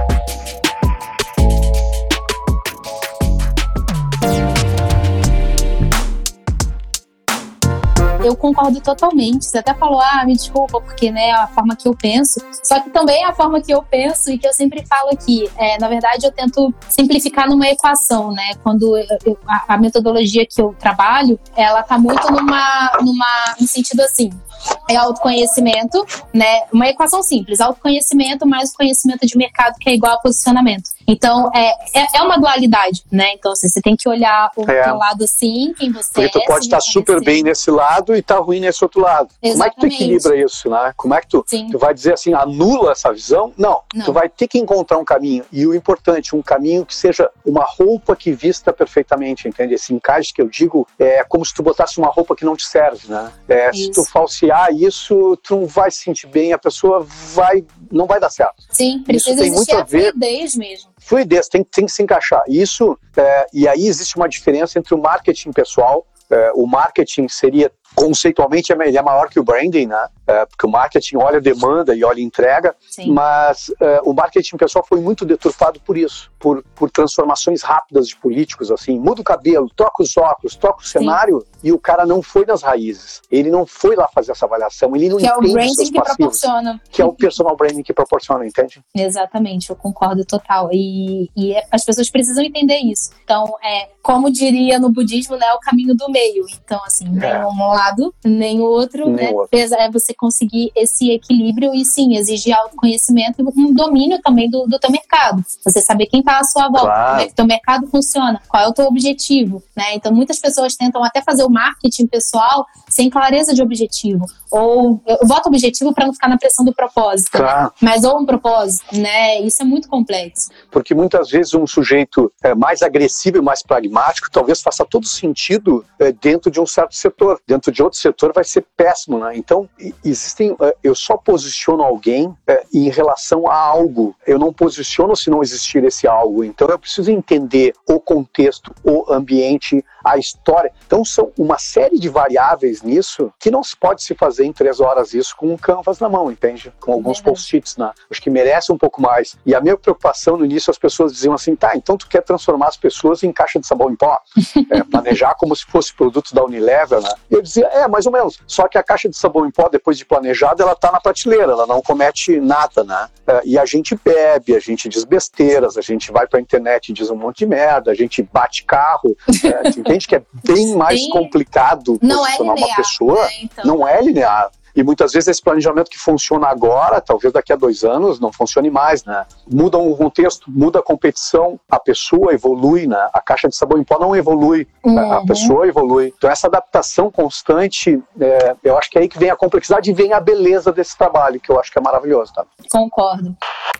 Eu concordo totalmente. Você até falou, ah, me desculpa, porque né, é a forma que eu penso. Só que também é a forma que eu penso e que eu sempre falo aqui. É, na verdade, eu tento simplificar numa equação, né? Quando eu, eu, a, a metodologia que eu trabalho, ela tá muito numa, numa, no sentido assim. É autoconhecimento, né? Uma equação simples. Autoconhecimento mais o conhecimento de mercado, que é igual a posicionamento. Então, é, é, é uma dualidade, né? Então, assim, você tem que olhar o é. teu lado assim, quem você Porque é. Porque tu pode estar super bem nesse lado e estar tá ruim nesse outro lado. Exatamente. Como é que tu equilibra isso, né? Como é que tu, tu vai dizer assim, anula essa visão? Não. Não. Tu vai ter que encontrar um caminho. E o importante, um caminho que seja uma roupa que vista perfeitamente, entende? Esse encaixe que eu digo é como se tu botasse uma roupa que não te serve, né? É, se tu falsear isso, tu não vai se sentir bem, a pessoa vai, não vai dar certo. Sim, precisa existir a fluidez mesmo. Fluidez, tem, tem que se encaixar. Isso, é, e aí existe uma diferença entre o marketing pessoal, é, o marketing seria, conceitualmente, ele é maior que o branding, né? É, porque o marketing olha demanda e olha entrega, Sim. mas é, o marketing pessoal foi muito deturpado por isso, por, por transformações rápidas de políticos, assim, muda o cabelo, troca os óculos, troca o cenário, Sim. e o cara não foi nas raízes, ele não foi lá fazer essa avaliação, ele não que entende é o branding seus que passivos, proporciona. Que é o personal branding que proporciona, entende? Exatamente, eu concordo total, e, e as pessoas precisam entender isso. Então, é, como diria no budismo, né, o caminho do meio, então assim, nem é. um lado, nem o outro, nem né? outro. É você conseguir esse equilíbrio e sim, exigir autoconhecimento e um domínio também do, do teu mercado. Você saber quem está à sua volta, claro. Como é que o teu mercado funciona, qual é o teu objetivo, né? Então muitas pessoas tentam até fazer o marketing pessoal sem clareza de objetivo. Ou eu boto objetivo para não ficar na pressão do propósito, claro. né? Mas ou um propósito, né? Isso é muito complexo. Porque muitas vezes um sujeito é, mais agressivo e mais pragmático talvez faça todo sentido é, dentro de um certo setor. Dentro de outro setor vai ser péssimo, né? Então, existem... É, eu só posiciono alguém é, em relação a algo. Eu não posiciono se não existir esse algo. Então, eu preciso entender o contexto, o ambiente, a história. Então, são uma série de variáveis nisso que não se pode se fazer em três horas isso com um canvas na mão, entende? Com alguns post-its, né? Acho que merece um pouco mais. E a minha preocupação no início, as pessoas diziam assim, tá, então tu quer transformar as pessoas em caixa de sabão em pó? É, planejar como se fosse produto da Unilever, né? E eu dizia, é, mais ou menos. Só que a caixa de sabão em pó, depois de planejada, ela tá na prateleira, ela não comete nada, né? É, e a gente bebe, a gente diz besteiras, a gente vai pra internet e diz um monte de merda, a gente bate carro, é, tu entende que é bem mais Sim. complicado não posicionar é linear, uma pessoa, né, então. Não é linear. E muitas vezes esse planejamento que funciona agora, talvez daqui a dois anos, não funcione mais, né? Muda o contexto, muda a competição, a pessoa evolui, né? A caixa de sabão em pó não evolui, uhum. a pessoa evolui. Então essa adaptação constante, é, eu acho que é aí que vem a complexidade e vem a beleza desse trabalho, que eu acho que é maravilhoso, tá? Concordo.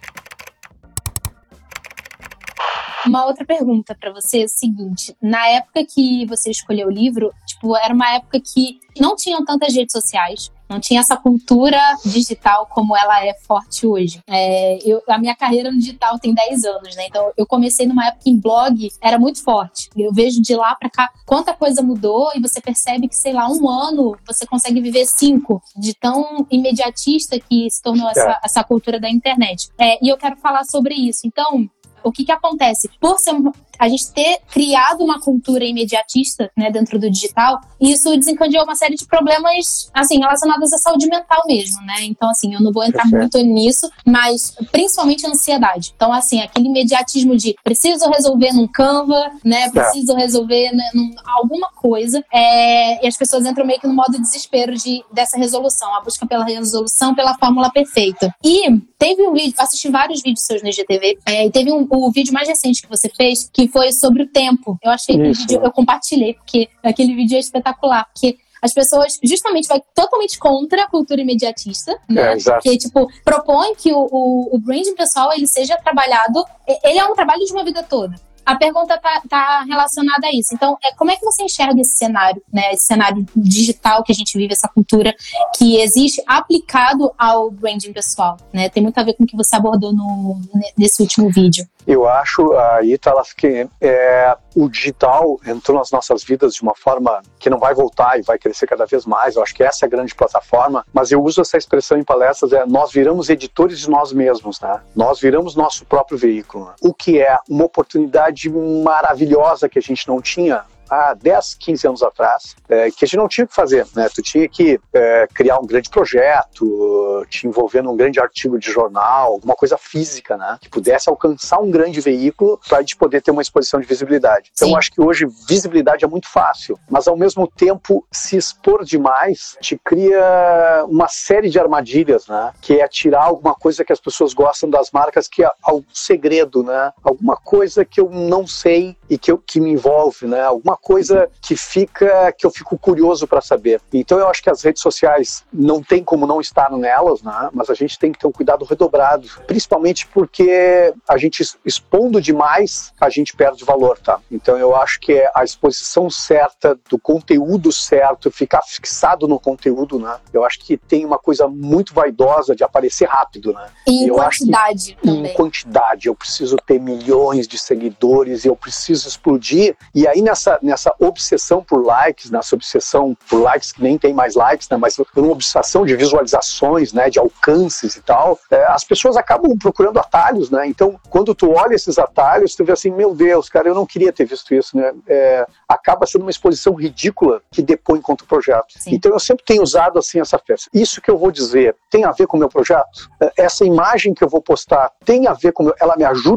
Uma outra pergunta para você é o seguinte, na época que você escolheu o livro, tipo, era uma época que não tinham tantas redes sociais, não tinha essa cultura digital como ela é forte hoje. É, eu, a minha carreira no digital tem dez anos, né? Então eu comecei numa época em blog, era muito forte. Eu vejo de lá pra cá quanta coisa mudou e você percebe que, sei lá, um ano você consegue viver cinco, de tão imediatista que se tornou essa, essa cultura da internet. É, e eu quero falar sobre isso. Então, o que que acontece? Por ser um, a gente ter criado uma cultura imediatista, né, dentro do digital, isso desencadeou uma série de problemas, assim, relacionados à saúde mental mesmo, né? Então, assim, eu não vou entrar muito nisso, mas principalmente a ansiedade. Então, assim, aquele imediatismo de preciso resolver num Canva, né? Preciso resolver né, num, alguma coisa, é, e as pessoas entram meio que no modo desespero de, dessa resolução, a busca pela resolução, pela fórmula perfeita. E teve um vídeo, assisti vários vídeos seus no I G T V, é, e teve um o vídeo mais recente que você fez, que foi sobre o tempo. Eu achei que o vídeo, eu compartilhei, porque aquele vídeo é espetacular, porque as pessoas justamente vai totalmente contra a cultura imediatista, né? É, que, tipo, propõe que o, o, o branding pessoal, ele seja trabalhado, ele é um trabalho de uma vida toda. A pergunta tá, tá relacionada a isso. Então, é, como é que você enxerga esse cenário, né? Esse cenário digital que a gente vive, essa cultura que existe aplicado ao branding pessoal, né? Tem muito a ver com o que você abordou no, nesse último vídeo. Eu acho, aí tá lá que é, o digital entrou nas nossas vidas de uma forma que não vai voltar e vai crescer cada vez mais. Eu acho que essa é a grande plataforma, mas eu uso essa expressão em palestras, é nós viramos editores de nós mesmos, né? Nós viramos nosso próprio veículo, né? O que é uma oportunidade maravilhosa que a gente não tinha há dez, quinze anos atrás, é, que a gente não tinha o que fazer, né? Tu tinha que é, criar um grande projeto, te envolver num grande artigo de jornal, alguma coisa física, né? Que pudesse alcançar um grande veículo para a gente poder ter uma exposição de visibilidade. Então, eu acho que hoje visibilidade é muito fácil, mas ao mesmo tempo se expor demais te cria uma série de armadilhas, né? Que é tirar alguma coisa que as pessoas gostam das marcas, que é algum segredo, né? Alguma coisa que eu não sei e que, eu, que me envolve, né? Alguma coisa que fica, que eu fico curioso para saber. Então eu acho que as redes sociais não tem como não estar nelas, né? Mas a gente tem que ter um cuidado redobrado, principalmente porque a gente expondo demais, a gente perde valor, tá? Então eu acho que é a exposição certa do conteúdo certo, ficar fixado no conteúdo, né? Eu acho que tem uma coisa muito vaidosa de aparecer rápido, né? E em eu quantidade acho que, também. Em quantidade, eu preciso ter milhões de seguidores, eu preciso explodir, e aí nessa nessa obsessão por likes, nessa obsessão por likes que nem tem mais likes, né, mas uma obsessão de visualizações, né, de alcances e tal, é, as pessoas acabam procurando atalhos, né? Então, quando tu olha esses atalhos, tu vê assim, meu Deus, cara, eu não queria ter visto isso, né? É, acaba sendo uma exposição ridícula que depõe contra o projeto. Sim. Então, eu sempre tenho usado assim essa festa. Isso que eu vou dizer tem a ver com o meu projeto? Essa imagem que eu vou postar tem a ver com o meu... Ela me ajuda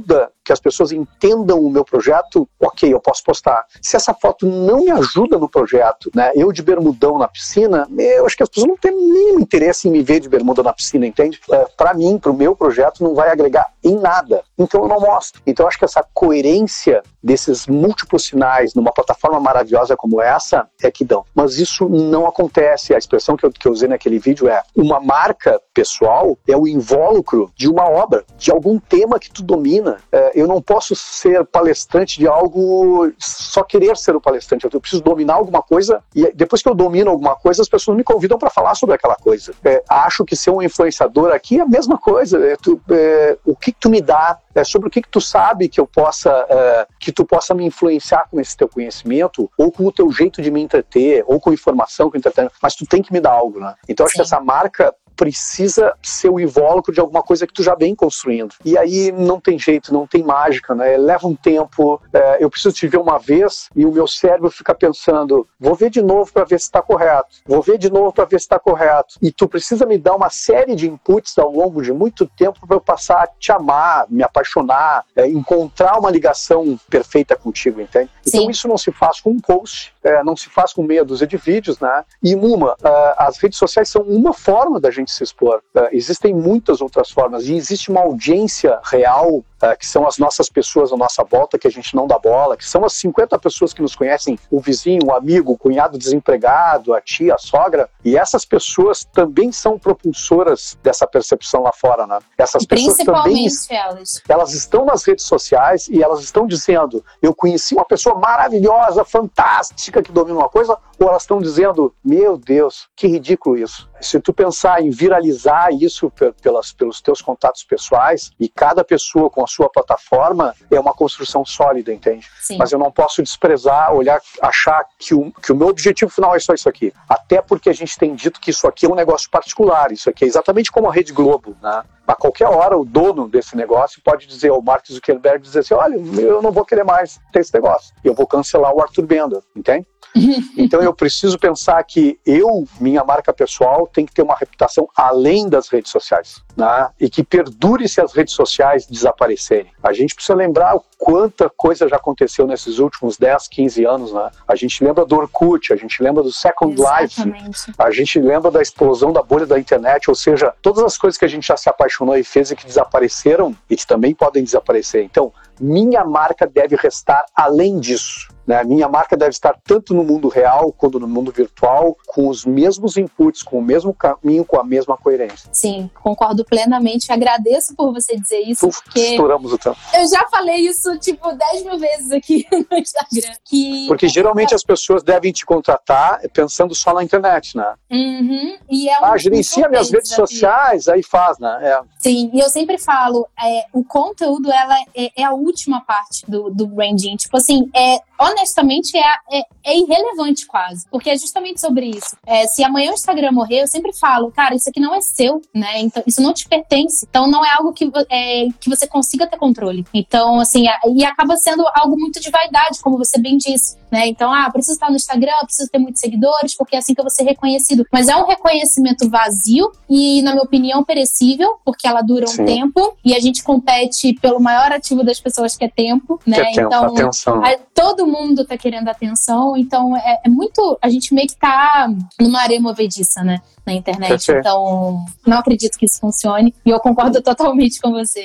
que as pessoas entendam o meu projeto, ok, eu posso postar. Se essa foto não me ajuda no projeto, né, eu de bermudão na piscina, eu acho que as pessoas não têm nenhum interesse em me ver de bermuda na piscina, entende? É, para mim, para o meu projeto, não vai agregar em nada. Então eu não mostro. Então eu acho que essa coerência desses múltiplos sinais numa plataforma maravilhosa como essa é que dão. Mas isso não acontece. A expressão que eu, que eu usei naquele vídeo é: uma marca pessoal é o invólucro de uma obra, de algum tema que tu domina. É, eu não posso ser palestrante de algo, só querer ser o palestrante. Eu preciso dominar alguma coisa e depois que eu domino alguma coisa, as pessoas me convidam para falar sobre aquela coisa. É, acho que ser um influenciador aqui é a mesma coisa. É, tu, é, o que, que tu me dá? É sobre o que, que tu sabe que eu possa, é, que tu possa me influenciar com esse teu conhecimento, ou com o teu jeito de me entreter, ou com informação, com entretenimento, mas tu tem que me dar algo, né? Então acho Sim. que essa marca precisa ser o invólucro de alguma coisa que tu já vem construindo. E aí não tem jeito, não tem mágica, né? Leva um tempo, é, eu preciso te ver uma vez e o meu cérebro fica pensando, vou ver de novo para ver se está correto, vou ver de novo para ver se está correto. E tu precisa me dar uma série de inputs ao longo de muito tempo para eu passar a te amar, me apaixonar, é, encontrar uma ligação perfeita contigo, entende? Sim. Então isso não se faz com um post, é, não se faz com meia dúzia de vídeos, né? E uma, uh, as redes sociais são uma forma da gente se expor. Uh, existem muitas outras formas e existe uma audiência real, uh, que são as nossas pessoas à nossa volta, que a gente não dá bola, que são as cinquenta pessoas que nos conhecem, o vizinho, o amigo, o cunhado desempregado, a tia, a sogra, e essas pessoas também são propulsoras dessa percepção lá fora, né? Essas pessoas também, elas. elas estão nas redes sociais e elas estão dizendo, eu conheci uma pessoa maravilhosa, fantástica, que domina uma coisa, ou elas estão dizendo, meu Deus, que ridículo isso. Se tu pensar em viralizar isso pelas, pelos teus contatos pessoais, e cada pessoa com a sua plataforma, é uma construção sólida, entende? Sim. Mas eu não posso desprezar, olhar, achar que o, que o meu objetivo final é só isso aqui. Até porque a gente tem dito que isso aqui é um negócio particular, isso aqui é exatamente como a Rede Globo, né? A qualquer hora o dono desse negócio pode dizer, o Mark Zuckerberg dizer assim, olha, eu não vou querer mais ter esse negócio, eu vou cancelar o Arthur Bender, entende? Então eu preciso pensar que eu, minha marca pessoal, tem que ter uma reputação além das redes sociais, né? E que perdure se as redes sociais desaparecerem. A gente precisa lembrar o quanta coisa já aconteceu nesses últimos dez, quinze anos, né? A gente lembra do Orkut, a gente lembra do Second Exatamente. Life, a gente lembra da explosão da bolha da internet, ou seja, todas as coisas que a gente já se apaixonou e fez e que desapareceram e que também podem desaparecer. Então, minha marca deve restar além disso. Né? Minha marca deve estar tanto no mundo real quanto no mundo virtual, com os mesmos inputs, com o mesmo caminho, com a mesma coerência. Sim, concordo plenamente. Agradeço por você dizer isso, Uf, porque estouramos o tempo. Eu já falei isso, tipo, dez mil vezes aqui no Instagram. Que... Porque geralmente as pessoas devem te contratar pensando só na internet, né? Uhum. E é um ah, gerencia minhas redes desafio. sociais, aí faz, né? É. Sim, e eu sempre falo, é, o conteúdo, ela é, é a última parte do, do branding. Tipo assim, é, honestamente, é, é, é irrelevante quase, porque é justamente sobre isso. É, se amanhã o Instagram morrer, eu sempre falo, cara, isso aqui não é seu, né? Então, isso não te pertence. Então, não é algo que, é, que você consiga ter controle. Então, assim, a, e acaba sendo algo muito de vaidade, como você bem disse, né? Então, ah, preciso estar no Instagram, preciso ter muitos seguidores, porque é assim que eu vou ser reconhecido. Mas é um reconhecimento vazio e, na minha opinião, perecível, porque ela dura um Sim. tempo e a gente compete pelo maior ativo das pessoas, que é tempo, né? Que é tempo, então, atenção. A, todo mundo tá querendo atenção, então é, é muito... A gente meio que tá numa areia movediça, né? Na internet. Perfeito. Então, não acredito que isso funcione e eu concordo totalmente com você.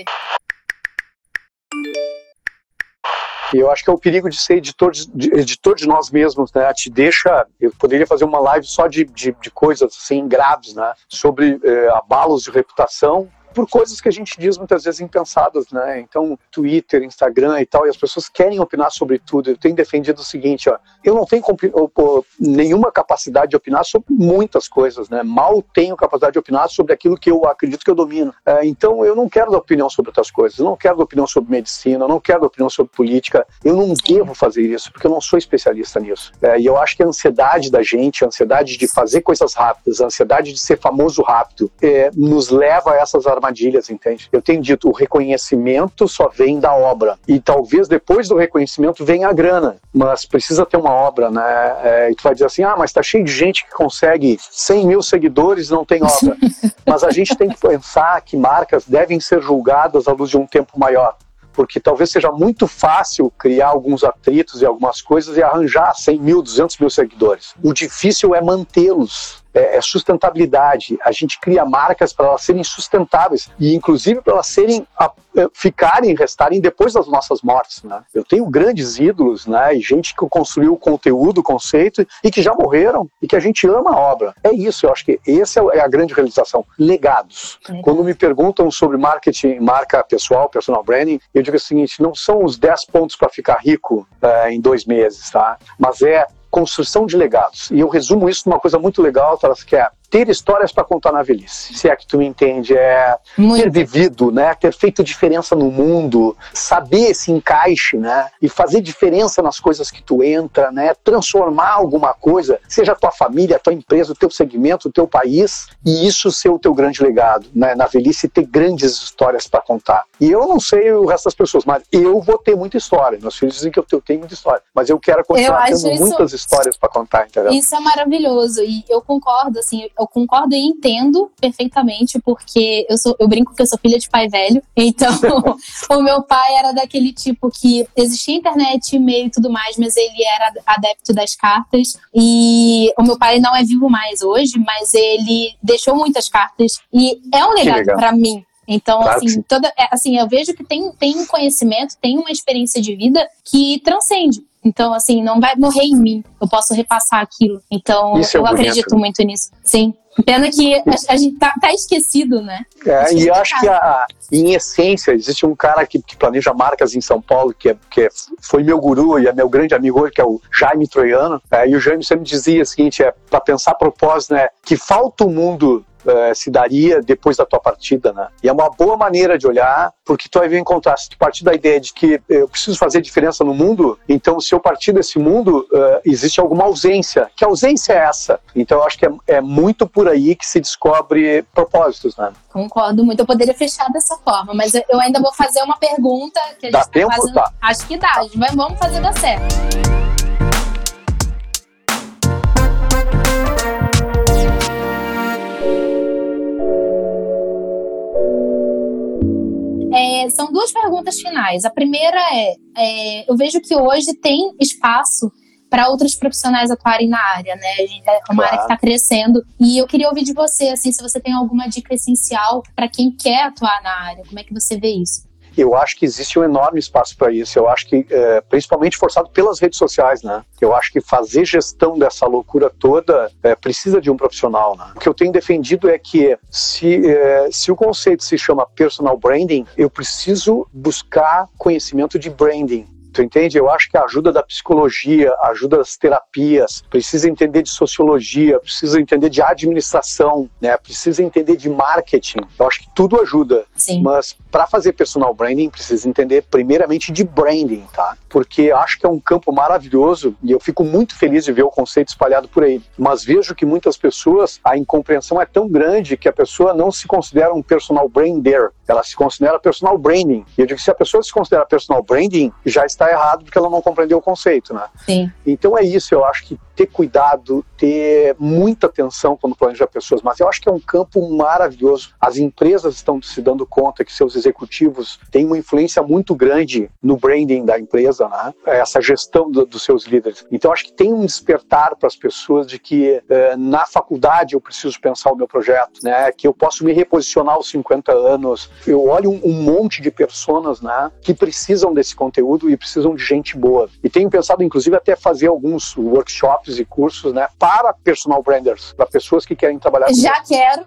E eu acho que é o perigo de ser editor de, de, editor de nós mesmos, né? Te deixa... Eu poderia fazer uma live só de, de, de coisas assim graves, né? Sobre eh, abalos de reputação, por coisas que a gente diz muitas vezes impensadas, né? Então, Twitter, Instagram e tal, e as pessoas querem opinar sobre tudo. Eu tenho defendido o seguinte, ó, eu não tenho nenhuma capacidade de opinar sobre muitas coisas, né? Mal tenho capacidade de opinar sobre aquilo que eu acredito que eu domino. É, então, eu não quero dar opinião sobre outras coisas, eu não quero dar opinião sobre medicina, eu não quero dar opinião sobre política, eu não devo fazer isso, porque eu não sou especialista nisso. É, e eu acho que a ansiedade da gente, a ansiedade de fazer coisas rápidas, a ansiedade de ser famoso rápido, é, nos leva a essas armadilhas. armadilhas, entende? Eu tenho dito, o reconhecimento só vem da obra. E talvez depois do reconhecimento venha a grana. Mas precisa ter uma obra, né? É, e tu vai dizer assim, ah, mas tá cheio de gente que consegue cem mil seguidores e não tem obra. Mas a gente tem que pensar que marcas devem ser julgadas à luz de um tempo maior. porque talvez seja muito fácil criar alguns atritos e algumas coisas e arranjar cem mil, duzentos mil seguidores. O difícil é mantê-los. É sustentabilidade. A gente cria marcas para elas serem sustentáveis e, inclusive, para elas serem, a, ficarem, restarem depois das nossas mortes, né? Eu tenho grandes ídolos, né? E gente que construiu o conteúdo, o conceito e que já morreram e que a gente ama a obra. É isso, eu acho que essa é a grande realização. Legados. É. Quando me perguntam sobre marketing, marca pessoal, personal branding, eu digo o seguinte, não são os dez pontos para ficar rico é, em dois meses, tá? Mas é construção de legados. E eu resumo isso numa coisa muito legal, que é ter histórias para contar na velhice. Se é que tu me entende, é muito. Ter vivido, né? Ter feito diferença no mundo, saber esse encaixe, né? E fazer diferença nas coisas que tu entra, né? Transformar alguma coisa, seja a tua família, a tua empresa, o teu segmento, o teu país, e isso ser o teu grande legado, né? Na velhice, ter grandes histórias para contar. E eu não sei o resto das pessoas, mas eu vou ter muita história. Meus filhos dizem que eu tenho muita história, mas eu quero continuar eu tendo isso, muitas histórias para contar, entendeu? Isso é maravilhoso, e eu concordo, assim, eu concordo e entendo perfeitamente, porque eu, sou, eu brinco que eu sou filha de pai velho, então o meu pai era daquele tipo que existia internet, e-mail e tudo mais, mas ele era adepto das cartas, e o meu pai não é vivo mais hoje, mas ele deixou muitas cartas, e é um legado para mim. Então, claro assim, toda, assim, eu vejo que tem, tem um conhecimento, tem uma experiência de vida que transcende. Então, assim, não vai morrer em mim. Eu posso repassar aquilo. Então, Isso eu é acredito bonito. muito nisso. Sim. Pena que a, a gente tá, tá esquecido, né? É, e eu acho que, a, em essência, existe um cara que, que planeja marcas em São Paulo, que, é, que é, foi meu guru e é meu grande amigo hoje, que é o Jaime Troiano. É, e o Jaime sempre dizia o seguinte, é, para pensar propósito, né? Que falta o mundo Uh, se daria depois da tua partida, né? E é uma boa maneira de olhar, porque tu vai vir encontrar, se tu partir da ideia de que eu preciso fazer diferença no mundo, então se eu partir desse mundo, uh, existe alguma ausência. Que ausência é essa? Então eu acho que é, é muito por aí que se descobre propósitos, né? Concordo muito, eu poderia fechar dessa forma, mas eu ainda vou fazer uma pergunta que a gente dá tá tempo? fazendo. Tá. Acho que dá, mas vamos fazer dar certo. É, são duas perguntas finais. A primeira é, é eu vejo que hoje tem espaço para outros profissionais atuarem na área, né? É uma claro. área que está crescendo. E eu queria ouvir de você, assim, se você tem alguma dica essencial para quem quer atuar na área. Como é que você vê isso? Eu acho que existe um enorme espaço para isso. Eu acho que, é, principalmente forçado pelas redes sociais, né? Eu acho que fazer gestão dessa loucura toda é, precisa de um profissional, né? O que eu tenho defendido é que se, é, se o conceito se chama personal branding, eu preciso buscar conhecimento de branding. Tu entende? Eu acho que a ajuda da psicologia, a ajuda das terapias, precisa entender de sociologia, precisa entender de administração, né? Precisa entender de marketing. Eu acho que tudo ajuda. Sim. Mas para fazer personal branding, precisa entender primeiramente de branding, tá? Porque acho que é um campo maravilhoso e eu fico muito feliz de ver o conceito espalhado por aí. Mas vejo que muitas pessoas, a incompreensão é tão grande que a pessoa não se considera um personal brander. Ela se considera personal branding. E eu digo que se a pessoa se considera personal branding, já está errado porque ela não compreendeu o conceito, né? Sim. Então é isso, eu acho que ter cuidado, ter muita atenção quando planeja pessoas, mas eu acho que é um campo maravilhoso. As empresas estão se dando conta que seus executivos têm uma influência muito grande no branding da empresa, né? Essa gestão do, dos seus líderes. Então eu acho que tem um despertar para as pessoas de que eh, na faculdade eu preciso pensar o meu projeto, né? Que eu posso me reposicionar aos cinquenta anos. Eu olho um, um monte de personas, né, que precisam desse conteúdo e precisam de gente boa. E tenho pensado, inclusive, até fazer alguns workshops e cursos, né, para personal branders, para pessoas que querem trabalhar com Já isso. quero.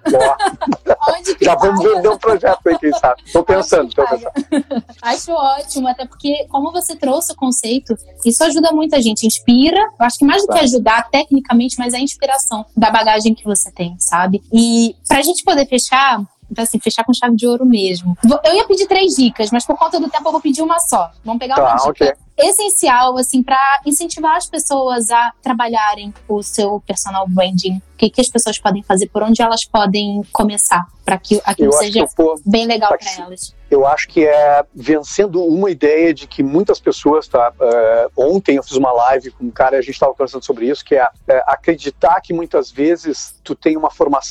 Onde que Já vamos vender um projeto aí, quem sabe. Estou pensando, estou pensando. Acho ótimo, até porque, como você trouxe o conceito, isso ajuda muita gente, inspira. Eu acho que mais do que ajudar tecnicamente, mas é a inspiração da bagagem que você tem, sabe? E pra gente poder fechar, então, assim, fechar com chave de ouro mesmo. Eu ia pedir três dicas, mas por conta do tempo eu vou pedir uma só. Vamos pegar tá, uma dica okay. essencial, assim, para incentivar as pessoas a trabalharem o seu personal branding. O que, que as pessoas podem fazer? Por onde elas podem começar? Para que aquilo seja vou, bem legal para elas. Eu acho que é vencendo uma ideia de que muitas pessoas, tá? Uh, ontem eu fiz uma live com um cara e a gente estava conversando sobre isso, que é, é acreditar que muitas vezes tu tem uma formação,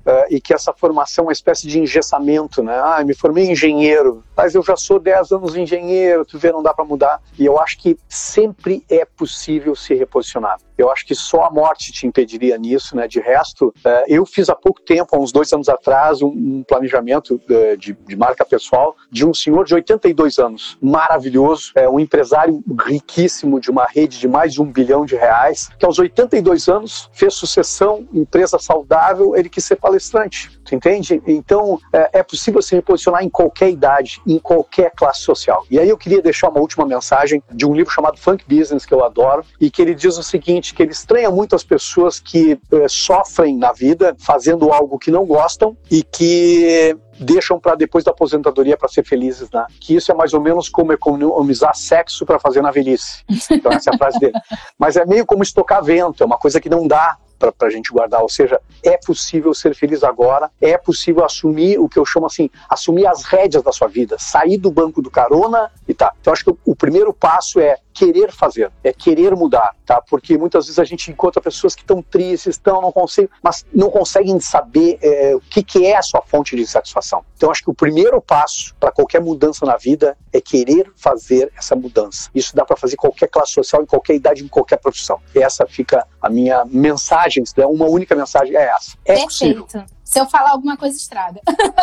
uh, e que essa formação é uma espécie de engessamento, né? Ah, eu me formei engenheiro, mas eu já sou dez anos engenheiro, tu vê, não dá para mudar. E eu acho que sempre é possível se reposicionar. Eu acho que só a morte te impediria nisso, né? De resto, uh, eu fiz há pouco tempo, há uns dois anos atrás, um, um planejamento uh, de, de marca pessoal de um senhor de oitenta e dois anos, maravilhoso, é um empresário riquíssimo de uma rede de mais de um bilhão de reais, que aos oitenta e dois anos fez sucessão, empresa saudável, ele quis ser palestrante, tu entende? Então, é, é possível se reposicionar em qualquer idade, em qualquer classe social. E aí eu queria deixar uma última mensagem de um livro chamado Funk Business, que eu adoro, e que ele diz o seguinte, que ele estranha muito as pessoas que é, sofrem na vida fazendo algo que não gostam e que deixam para depois da aposentadoria para ser felizes, né? Que isso é mais ou menos como economizar sexo para fazer na velhice. Então essa é a frase dele. Mas é meio como estocar vento, é uma coisa que não dá para a gente guardar, ou seja, é possível ser feliz agora, é possível assumir o que eu chamo assim, assumir as rédeas da sua vida, sair do banco do carona e tá. Então acho que o, o primeiro passo é querer fazer, é querer mudar, tá? Porque muitas vezes a gente encontra pessoas que estão tristes, estão, não conseguem, mas não conseguem saber é, o que, que é a sua fonte de satisfação. Então acho que o primeiro passo para qualquer mudança na vida é querer fazer essa mudança. Isso dá para fazer em qualquer classe social, em qualquer idade, em qualquer profissão. Essa fica a minha mensagem, uma única mensagem é essa. É Perfeito. Possível. Se eu falar alguma coisa, estraga.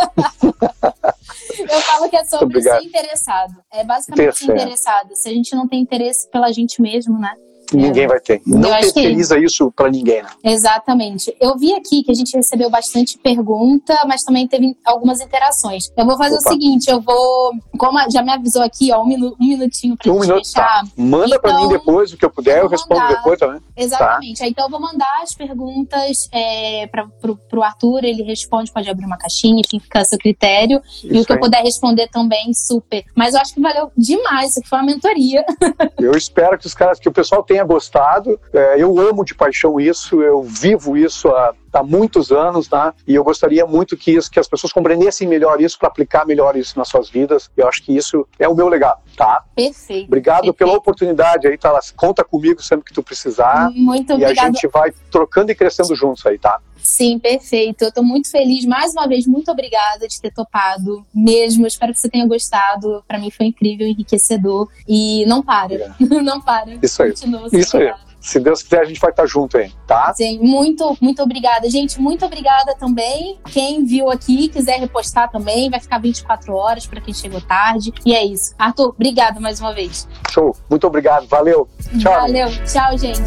Eu falo que é sobre ser interessado. É basicamente ser interessado. Se a gente não tem interesse pela gente mesmo, né? Ninguém vai ter. Não terceiriza que... isso pra ninguém, né? Exatamente. Eu vi aqui que a gente recebeu bastante pergunta, mas também teve algumas interações. Eu vou fazer Opa. o seguinte, eu vou... Como já me avisou aqui, ó, um, minu, um minutinho pra um gente minuto, fechar. Tá. Manda então, pra mim depois, o que eu puder, eu, eu respondo mandar. depois também. Exatamente. Tá. Então eu vou mandar as perguntas é, pra, pro, pro Arthur, ele responde, pode abrir uma caixinha, enfim, fica a seu critério. Isso e o que aí. eu puder responder também, super. Mas eu acho que valeu demais, isso aqui foi uma mentoria. Eu espero que os caras, que o pessoal tenha gostado. É, eu amo de paixão isso, eu vivo isso há, há muitos anos, tá? E eu gostaria muito que, isso, que as pessoas compreendessem melhor isso para aplicar melhor isso nas suas vidas. Eu acho que isso é o meu legado, tá? Perfeito. Obrigado perfeito. pela oportunidade aí, tá? Conta comigo sempre que tu precisar. Muito obrigada. E a gente vai trocando e crescendo juntos aí, tá? Sim, perfeito. Eu tô muito feliz. Mais uma vez, muito obrigada de ter topado mesmo. Eu espero que você tenha gostado. Para mim foi incrível, enriquecedor. E não para. É. Não para. Isso aí. Continua, Isso aí. Se Deus quiser, a gente vai estar junto aí, tá? Sim, muito, muito obrigada. Gente, muito obrigada também. Quem viu aqui, quiser repostar também, vai ficar vinte e quatro horas para quem chegou tarde. E é isso. Arthur, obrigado mais uma vez. Show. Muito obrigado. Valeu. Tchau. Valeu. Tchau, gente.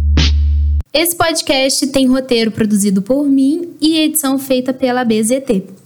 Esse podcast tem roteiro produzido por mim e edição feita pela B Z T.